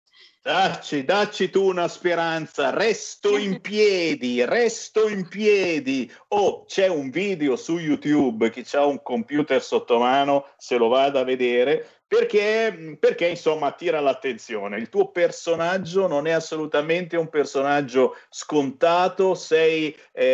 Dacci tu una speranza. Resto in piedi, resto in piedi. Oh, c'è un video su YouTube, chi ha un computer sotto mano se lo vada a vedere, perché insomma attira l'attenzione. Il tuo personaggio non è assolutamente un personaggio scontato, sei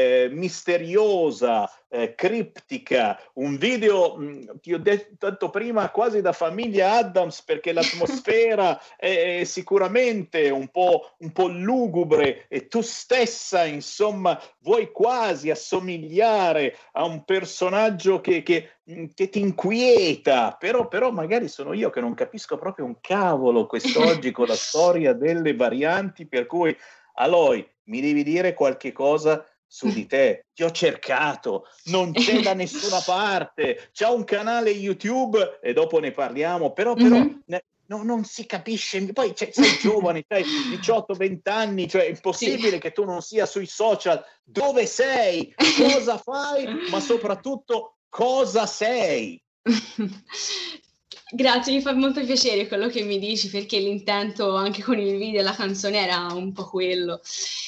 misteriosa, criptica, un video ti ho detto prima quasi da famiglia Addams, perché l'atmosfera è sicuramente un po' lugubre, e tu stessa insomma vuoi quasi assomigliare a un personaggio che ti inquieta, però magari sono io che non capisco proprio un cavolo quest'oggi con la storia delle varianti, per cui Aloi, mi devi dire qualche cosa su di te. Ti ho cercato, non c'è da nessuna parte, c'è un canale YouTube e dopo ne parliamo, però non si capisce, poi sei giovane, hai 18-20 anni, cioè è impossibile che tu non sia sui social. Dove sei? Cosa fai? Ma soprattutto cosa sei? Grazie, mi fa molto piacere quello che mi dici, perché l'intento anche con il video e la canzone era un po' quello.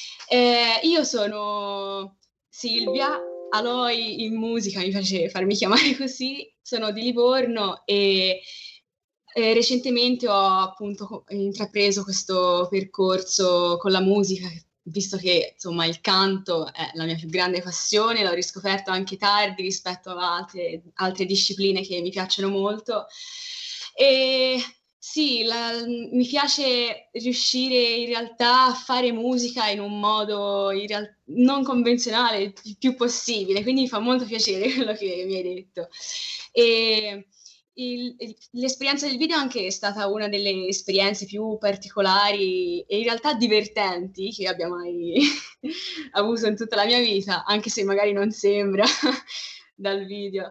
Io sono Silvia, Aloi in musica, mi piace farmi chiamare così, sono di Livorno e recentemente ho appunto intrapreso questo percorso con la musica, visto che insomma il canto è la mia più grande passione, l'ho riscoperto anche tardi rispetto a altre discipline che mi piacciono molto. E sì, mi piace riuscire in realtà a fare musica in un modo non convenzionale il più possibile, quindi mi fa molto piacere quello che mi hai detto. E l'esperienza del video anche è stata una delle esperienze più particolari e in realtà divertenti che abbia mai avuto in tutta la mia vita, anche se magari non sembra dal video.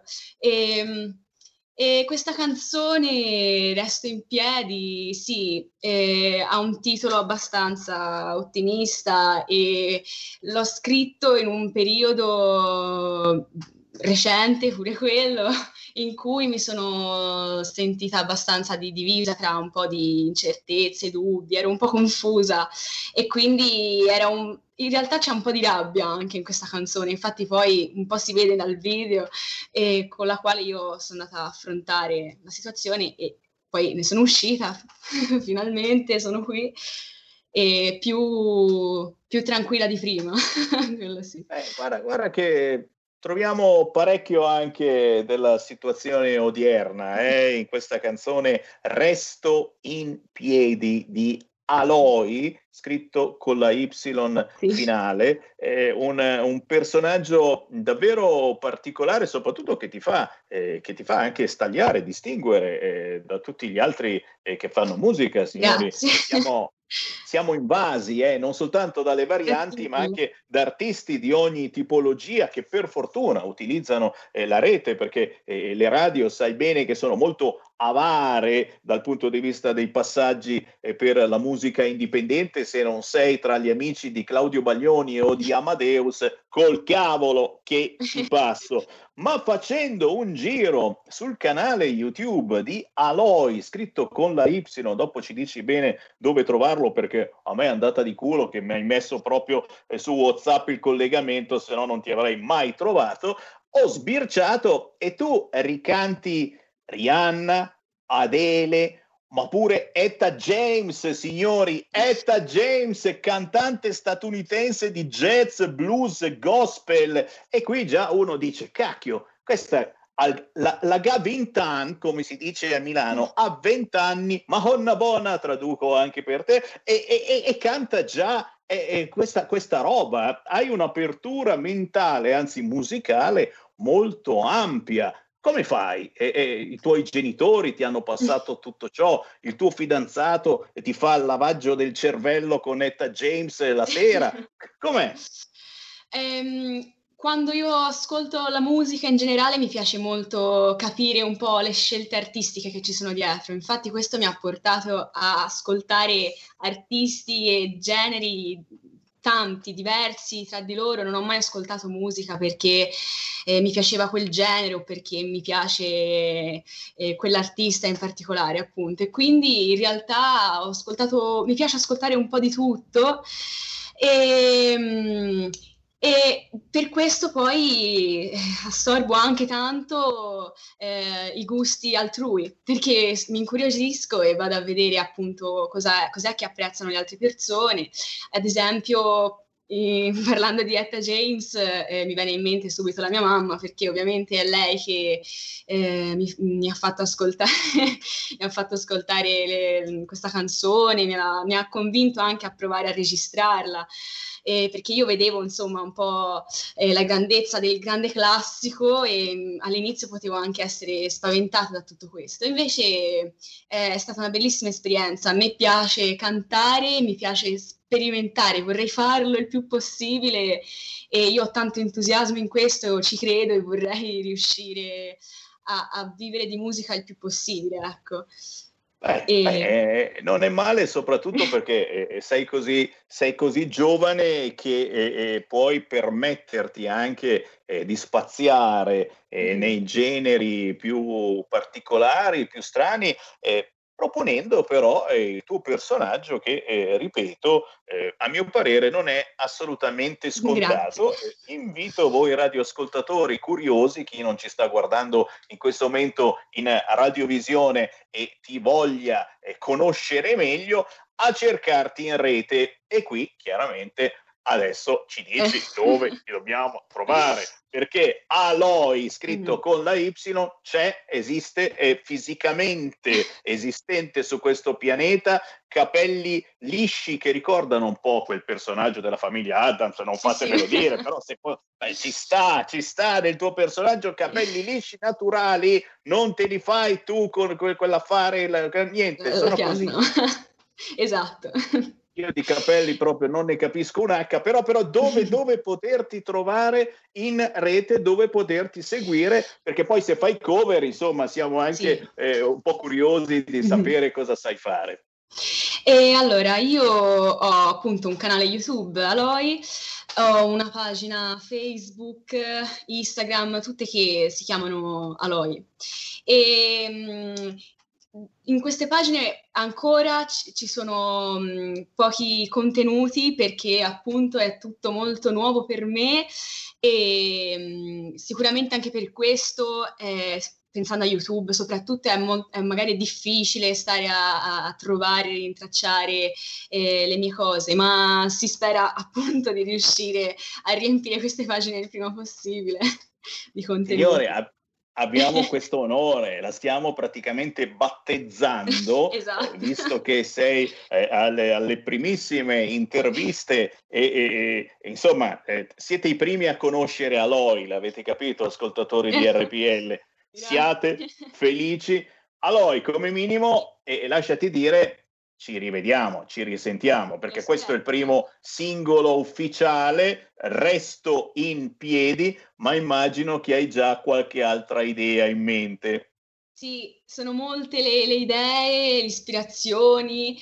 E questa canzone, Resto in piedi, sì, ha un titolo abbastanza ottimista e l'ho scritto in un periodo recente, pure quello, in cui mi sono sentita abbastanza divisa tra un po' di incertezze, dubbi, ero un po' confusa e quindi in realtà c'è un po' di rabbia anche in questa canzone, infatti poi un po' si vede dal video, con la quale io sono andata a affrontare la situazione e poi ne sono uscita, finalmente sono qui e più tranquilla di prima. Quello sì. Guarda che troviamo parecchio anche della situazione odierna in questa canzone Resto in piedi di Aloy, scritto con la Y finale, un personaggio davvero particolare, soprattutto che ti fa anche stagliare, distinguere da tutti gli altri che fanno musica, signori. Siamo invasi non soltanto dalle varianti, ma anche da artisti di ogni tipologia che per fortuna utilizzano la rete, perché le radio sai bene che sono molto avare dal punto di vista dei passaggi per la musica indipendente. Se non sei tra gli amici di Claudio Baglioni o di Amadeus, col cavolo che ci passo. Ma facendo un giro sul canale YouTube di Aloy, scritto con la Y, dopo ci dici bene dove trovarlo, perché a me è andata di culo che mi hai messo proprio su WhatsApp il collegamento, se no non ti avrei mai trovato. Ho sbirciato e tu ricanti Rihanna, Adele, ma pure Etta James, signori, Etta James, cantante statunitense di jazz, blues, gospel, e qui già uno dice, cacchio, questa la ga 20 anni, come si dice a Milano, ha 20 anni, ma honna bona, traduco anche per te, e canta già questa roba. Hai un'apertura mentale, anzi musicale, molto ampia. Come fai? I tuoi genitori ti hanno passato tutto ciò? Il tuo fidanzato ti fa il lavaggio del cervello con Etta James la sera? Com'è? Quando io ascolto la musica in generale mi piace molto capire un po' le scelte artistiche che ci sono dietro. Infatti questo mi ha portato a ascoltare artisti e generi tanti, diversi tra di loro. Non ho mai ascoltato musica perché mi piaceva quel genere o perché mi piace quell'artista in particolare, appunto. E quindi in realtà mi piace ascoltare un po' di tutto e per questo poi assorbo anche tanto i gusti altrui, perché mi incuriosisco e vado a vedere appunto cos'è che apprezzano le altre persone. Ad esempio, parlando di Etta James, mi viene in mente subito la mia mamma, perché ovviamente è lei che mi ha fatto ascoltare questa canzone, mi ha convinto anche a provare a registrarla. Perché io vedevo insomma un po' la grandezza del grande classico e all'inizio potevo anche essere spaventata da tutto questo. Invece è stata una bellissima esperienza. A me piace cantare, mi piace sperimentare, vorrei farlo il più possibile e io ho tanto entusiasmo in questo, ci credo e vorrei riuscire a vivere di musica il più possibile, ecco. Non è male, soprattutto perché sei così giovane che puoi permetterti anche di spaziare nei generi più particolari, più strani, proponendo però il tuo personaggio che, ripeto, a mio parere non è assolutamente scontato. Invito voi radioascoltatori curiosi, chi non ci sta guardando in questo momento in radiovisione e ti voglia conoscere meglio, a cercarti in rete, e qui chiaramente Adesso ci dici dove ti dobbiamo trovare, perché Aloy, scritto con la Y, esiste, è fisicamente esistente su questo pianeta, capelli lisci che ricordano un po' quel personaggio della famiglia Addams, non fatemelo dire, però se poi ci sta nel tuo personaggio, capelli lisci naturali, non te li fai tu con quell'affare, niente, sono così. Esatto. Io di capelli proprio non ne capisco un H, però dove poterti trovare in rete, dove poterti seguire, perché poi se fai cover, insomma, siamo anche un po' curiosi di sapere cosa sai fare. E allora, io ho appunto un canale YouTube, Aloy, ho una pagina Facebook, Instagram, tutte che si chiamano Aloy. E in queste pagine ancora ci sono pochi contenuti, perché appunto è tutto molto nuovo per me, e sicuramente anche per questo, pensando a YouTube soprattutto, è magari difficile stare a trovare, rintracciare le mie cose, ma si spera appunto di riuscire a riempire queste pagine il prima possibile di contenuti. Signore, abbiamo questo onore, la stiamo praticamente battezzando, esatto. Visto che sei alle primissime interviste e insomma siete i primi a conoscere Aloy, l'avete capito, ascoltatori di RPL? Siate felici. Aloy, come minimo, e lasciati dire, ci rivediamo, ci risentiamo, perché questo è il primo singolo ufficiale, resto in piedi, ma immagino che hai già qualche altra idea in mente. Sì, sono molte le idee, le ispirazioni,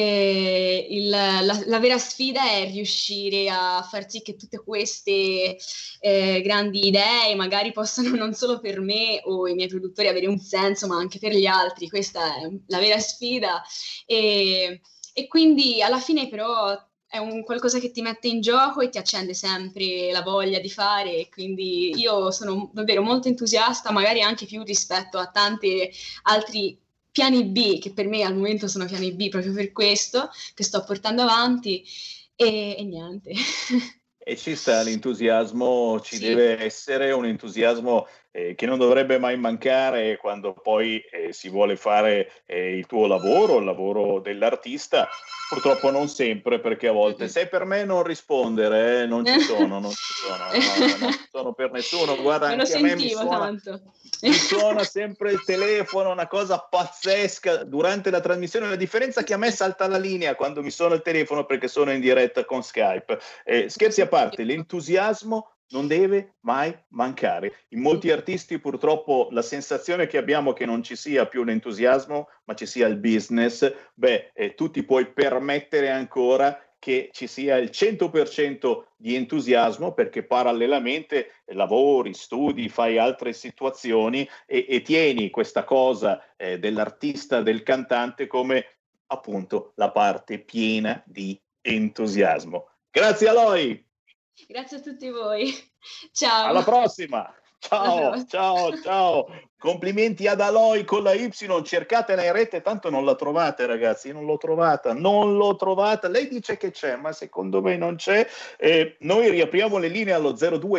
la vera sfida è riuscire a far sì che tutte queste grandi idee magari possano non solo per me o i miei produttori avere un senso, ma anche per gli altri. Questa è la vera sfida, e quindi alla fine però è un qualcosa che ti mette in gioco e ti accende sempre la voglia di fare, quindi io sono davvero molto entusiasta, magari anche più rispetto a tanti altri piani B, che per me al momento sono piani B proprio per questo, che sto portando avanti, e niente. E ci sta l'entusiasmo, ci deve essere un entusiasmo che non dovrebbe mai mancare quando poi si vuole fare il tuo lavoro, il lavoro dell'artista. Purtroppo non sempre, perché a volte se per me non rispondere, non ci sono, non sono per nessuno. Guarda, anche a me mi suona sempre il telefono, una cosa pazzesca durante la trasmissione. La differenza è che a me salta la linea quando mi suona il telefono, perché sono in diretta con Skype. Scherzi a parte, l'entusiasmo non deve mai mancare. In molti artisti purtroppo la sensazione che abbiamo è che non ci sia più l'entusiasmo, ma ci sia il business. Tu ti puoi permettere ancora che ci sia il 100% di entusiasmo, perché parallelamente lavori, studi, fai altre situazioni e tieni questa cosa dell'artista, del cantante, come appunto la parte piena di entusiasmo. Grazie Aloy! Grazie a tutti voi. Ciao. Alla prossima. Ciao. Complimenti ad Aloy con la Y, cercatela in rete, tanto non la trovate, ragazzi, non l'ho trovata. Lei dice che c'è, ma secondo me non c'è. Noi riapriamo le linee allo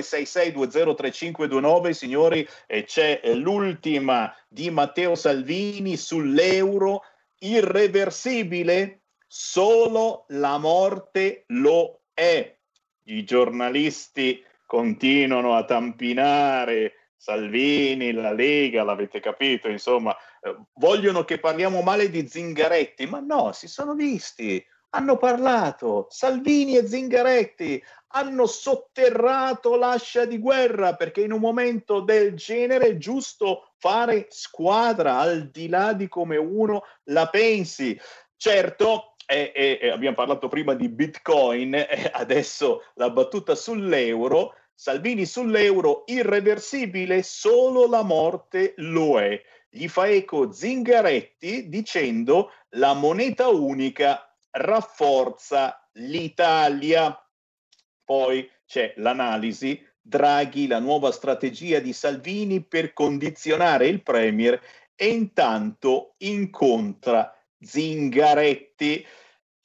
0266203529, signori, c'è l'ultima di Matteo Salvini sull'euro irreversibile, solo la morte lo è. I giornalisti continuano a tampinare Salvini, la Lega, l'avete capito, insomma, vogliono che parliamo male di Zingaretti, ma no, si sono visti, hanno parlato, Salvini e Zingaretti hanno sotterrato l'ascia di guerra, perché in un momento del genere è giusto fare squadra, al di là di come uno la pensi. Certo, abbiamo parlato prima di Bitcoin, adesso la battuta sull'euro. Salvini sull'euro irreversibile, solo la morte lo è. Gli fa eco Zingaretti dicendo: la moneta unica rafforza l'Italia. Poi c'è l'analisi: Draghi, la nuova strategia di Salvini per condizionare il Premier, e intanto incontra Zingaretti.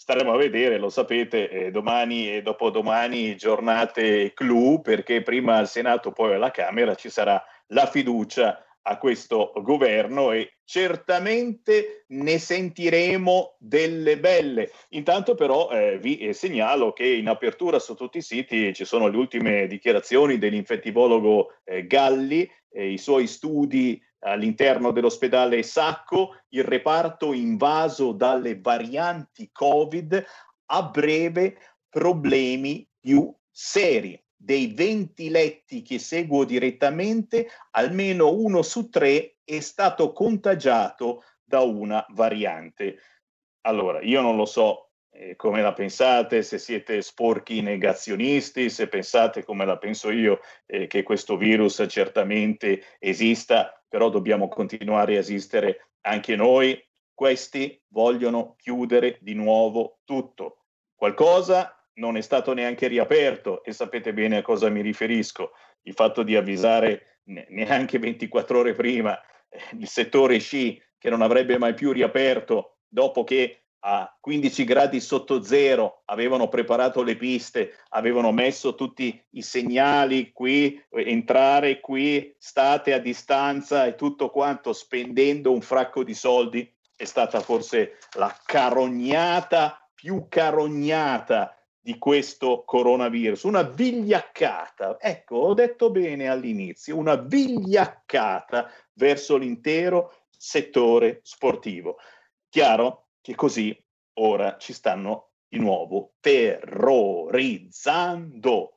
staremo a vedere, lo sapete, domani e dopodomani giornate clou, perché prima al Senato poi alla Camera ci sarà la fiducia a questo governo e certamente ne sentiremo delle belle. Intanto però vi segnalo che in apertura su tutti i siti ci sono le ultime dichiarazioni dell'infettivologo Galli, i suoi studi all'interno dell'ospedale Sacco, il reparto invaso dalle varianti Covid, a breve problemi più seri. Dei 20 letti che seguo direttamente, almeno 1 su 3 è stato contagiato da una variante. Allora, io non lo so come la pensate, se siete sporchi negazionisti, se pensate come la penso io, che questo virus certamente esista, però dobbiamo continuare a esistere anche noi. Questi vogliono chiudere di nuovo tutto. Qualcosa non è stato neanche riaperto e sapete bene a cosa mi riferisco. Il fatto di avvisare neanche 24 ore prima il settore sci che non avrebbe mai più riaperto dopo che a 15 gradi sotto zero avevano preparato le piste, avevano messo tutti i segnali qui, entrare qui, state a distanza e tutto quanto, spendendo un fracco di soldi, è stata forse la carognata più carognata di questo coronavirus, una vigliaccata, ecco, ho detto bene all'inizio, una vigliaccata verso l'intero settore sportivo. Chiaro che così ora ci stanno di nuovo terrorizzando.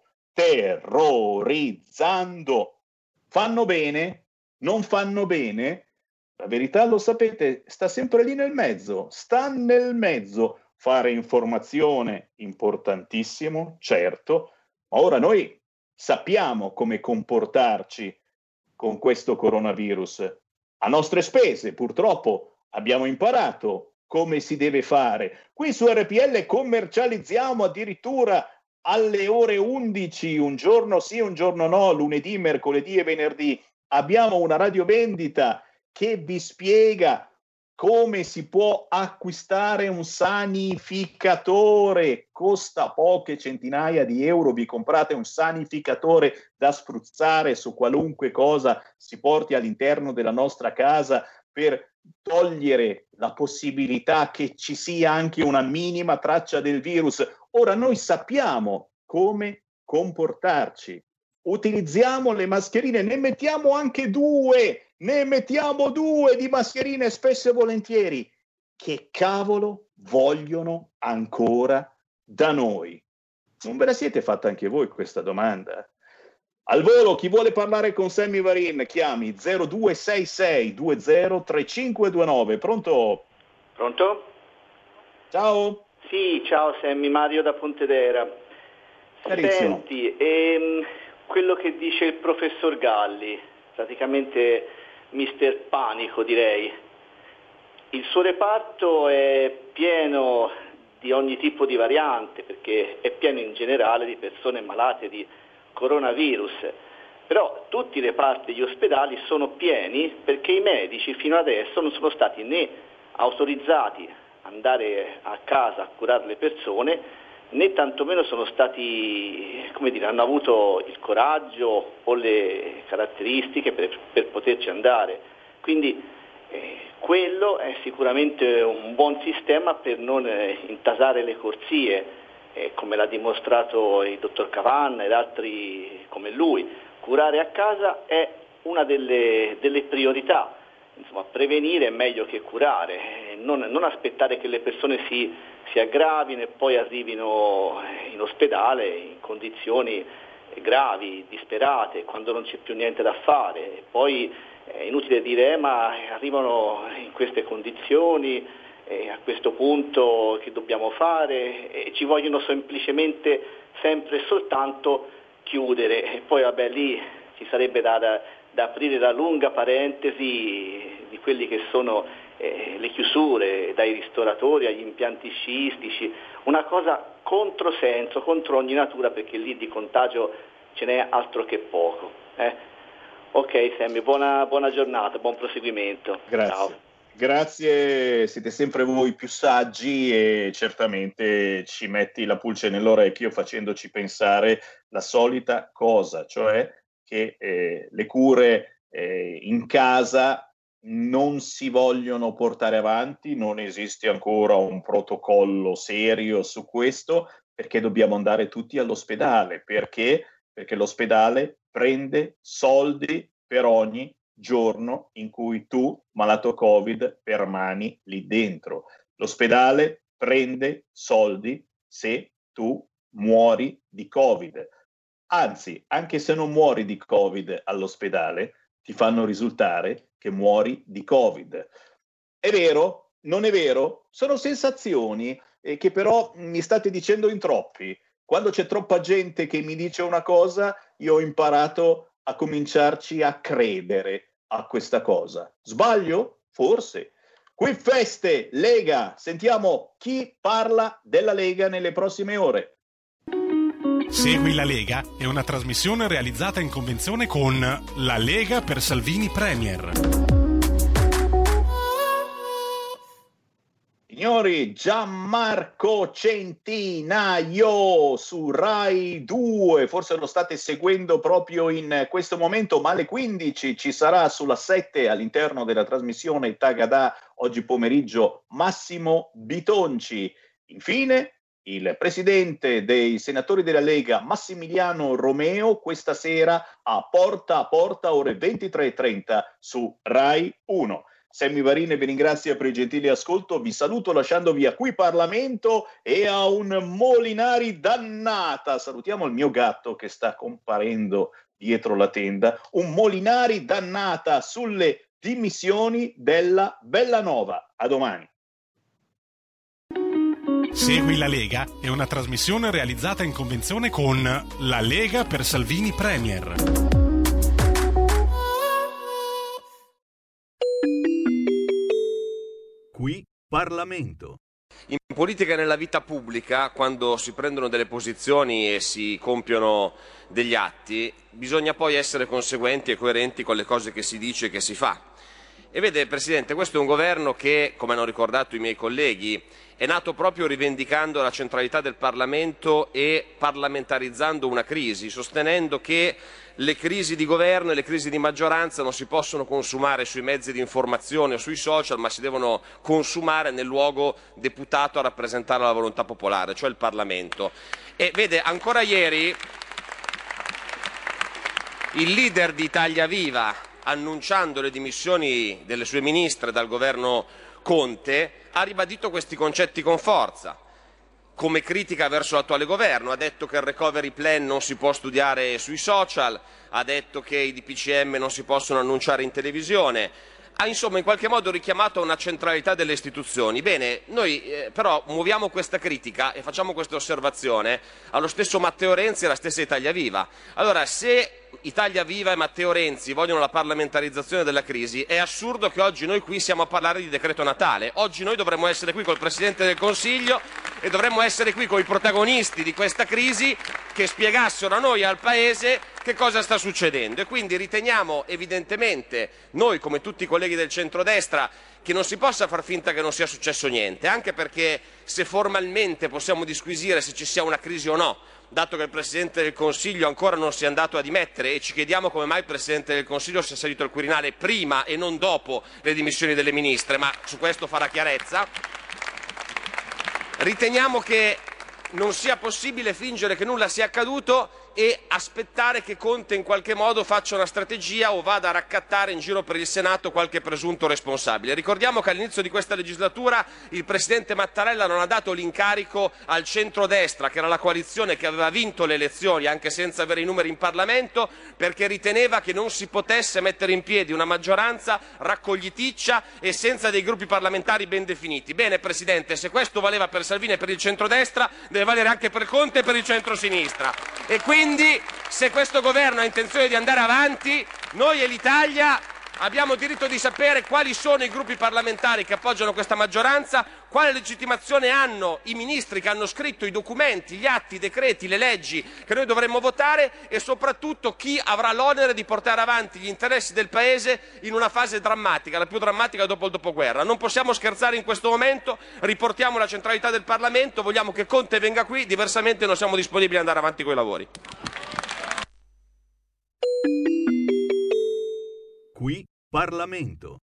Fanno bene? Non fanno bene? La verità, lo sapete, sta sempre lì nel mezzo, sta nel mezzo. Fare informazione importantissimo, certo, ma ora noi sappiamo come comportarci con questo coronavirus. A nostre spese, purtroppo, abbiamo imparato come si deve fare. Qui su RPL commercializziamo addirittura alle ore 11, un giorno sì, un giorno no, lunedì, mercoledì e venerdì. Abbiamo una radiovendita che vi spiega come si può acquistare un sanificatore. Costa poche centinaia di euro, vi comprate un sanificatore da spruzzare su qualunque cosa si porti all'interno della nostra casa per togliere la possibilità che ci sia anche una minima traccia del virus. Ora noi sappiamo come comportarci. Utilizziamo le mascherine, ne mettiamo anche 2. Ne mettiamo 2 di mascherine spesso e volentieri. Che cavolo vogliono ancora da noi? Non ve la siete fatta anche voi questa domanda? Al volo, chi vuole parlare con Sammy Varin, chiami 0266 203529. Pronto? Pronto? Ciao. Sì, ciao Sammy, Mario da Pontedera. Carissimo. Senti, quello che dice il professor Galli, praticamente Mister Panico, direi. Il suo reparto è pieno di ogni tipo di variante, perché è pieno in generale di persone malate di coronavirus, però tutti i reparti degli ospedali sono pieni perché i medici fino adesso non sono stati né autorizzati ad andare a casa a curare le persone, né tantomeno sono stati, hanno avuto il coraggio o le caratteristiche per poterci andare. Quindi quello è sicuramente un buon sistema per non intasare le corsie, come l'ha dimostrato il dottor Cavanna ed altri come lui. Curare a casa è una delle priorità. Insomma, prevenire è meglio che curare, non aspettare che le persone si aggravino e poi arrivino in ospedale in condizioni gravi, disperate, quando non c'è più niente da fare. E poi è inutile dire ma arrivano in queste condizioni, a questo punto che dobbiamo fare? E ci vogliono semplicemente sempre e soltanto chiudere, e poi vabbè lì ci sarebbe da aprire la lunga parentesi di quelli che sono le chiusure, dai ristoratori agli impianti sciistici, una cosa controsenso, contro ogni natura, perché lì di contagio ce n'è altro che poco. Ok Sammy, buona giornata, buon proseguimento. Grazie. Ciao. Grazie, siete sempre voi più saggi e certamente ci metti la pulce nell'orecchio facendoci pensare la solita cosa, cioè che le cure in casa non si vogliono portare avanti, non esiste ancora un protocollo serio su questo, perché dobbiamo andare tutti all'ospedale. Perché? Perché l'ospedale prende soldi per ogni giorno in cui tu, malato Covid, permani lì dentro. L'ospedale prende soldi se tu muori di Covid. Anzi, anche se non muori di Covid all'ospedale, ti fanno risultare che muori di Covid. È vero? Non è vero? Sono sensazioni che però mi state dicendo in troppi. Quando c'è troppa gente che mi dice una cosa, io ho imparato a cominciarci a credere a questa cosa. Sbaglio? Forse. Qui Feste, Lega. Sentiamo chi parla della Lega nelle prossime ore. Segui la Lega è una trasmissione realizzata in convenzione con La Lega per Salvini Premier. Signori, Gianmarco Centinaio su Rai 2, forse lo state seguendo proprio in questo momento, ma alle 15 ci sarà sulla 7 all'interno della trasmissione Tagadà oggi pomeriggio Massimo Bitonci. Infine il presidente dei senatori della Lega Massimiliano Romeo questa sera a Porta ore 23:30 su Rai 1. Sammy Varine vi ringrazia per il gentile ascolto, vi saluto lasciandovi a Qui Parlamento e a un Molinari dannata. Salutiamo il mio gatto che sta comparendo dietro la tenda. Un Molinari dannata sulle dimissioni della Bellanova. A domani. Segui la Lega è una trasmissione realizzata in convenzione con La Lega per Salvini Premier. Qui Parlamento. In politica e nella vita pubblica, quando si prendono delle posizioni e si compiono degli atti, bisogna poi essere conseguenti e coerenti con le cose che si dice e che si fa. E vede, Presidente, questo è un governo che, come hanno ricordato i miei colleghi, è nato proprio rivendicando la centralità del Parlamento e parlamentarizzando una crisi, sostenendo che le crisi di governo e le crisi di maggioranza non si possono consumare sui mezzi di informazione o sui social, ma si devono consumare nel luogo deputato a rappresentare la volontà popolare, cioè il Parlamento. E vede, ancora ieri il leader di Italia Viva, annunciando le dimissioni delle sue ministre dal governo Conte, ha ribadito questi concetti con forza. Come critica verso l'attuale governo, ha detto che il recovery plan non si può studiare sui social, ha detto che i DPCM non si possono annunciare in televisione, ha insomma in qualche modo richiamato una centralità delle istituzioni. Bene, noi però muoviamo questa critica e facciamo questa osservazione allo stesso Matteo Renzi e alla stessa Italia Viva. Allora, se Italia Viva e Matteo Renzi vogliono la parlamentarizzazione della crisi, è assurdo che oggi noi qui siamo a parlare di decreto Natale. Oggi noi dovremmo essere qui col Presidente del Consiglio e dovremmo essere qui con i protagonisti di questa crisi che spiegassero a noi e al Paese che cosa sta succedendo. E quindi riteniamo evidentemente, noi come tutti i colleghi del centrodestra, che non si possa far finta che non sia successo niente, anche perché se formalmente possiamo disquisire se ci sia una crisi o no, dato che il Presidente del Consiglio ancora non si è andato a dimettere e ci chiediamo come mai il Presidente del Consiglio sia salito al Quirinale prima e non dopo le dimissioni delle ministre, ma su questo farà chiarezza. Riteniamo che non sia possibile fingere che nulla sia accaduto e aspettare che Conte in qualche modo faccia una strategia o vada a raccattare in giro per il Senato qualche presunto responsabile. Ricordiamo che all'inizio di questa legislatura il Presidente Mattarella non ha dato l'incarico al centrodestra, che era la coalizione che aveva vinto le elezioni anche senza avere i numeri in Parlamento, perché riteneva che non si potesse mettere in piedi una maggioranza raccogliticcia e senza dei gruppi parlamentari ben definiti. Bene, Presidente, se questo valeva per Salvini e per il centrodestra, deve valere anche per Conte e per il centrosinistra. E quindi, se questo governo ha intenzione di andare avanti, noi e l'Italia Abbiamo diritto di sapere quali sono i gruppi parlamentari che appoggiano questa maggioranza, quale legittimazione hanno i ministri che hanno scritto i documenti, gli atti, i decreti, le leggi che noi dovremmo votare e soprattutto chi avrà l'onere di portare avanti gli interessi del Paese in una fase drammatica, la più drammatica dopo il dopoguerra. Non possiamo scherzare in questo momento, riportiamo la centralità del Parlamento, vogliamo che Conte venga qui, diversamente non siamo disponibili ad andare avanti con i lavori. Qui Parlamento.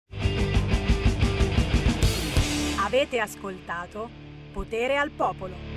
Avete ascoltato Potere al Popolo.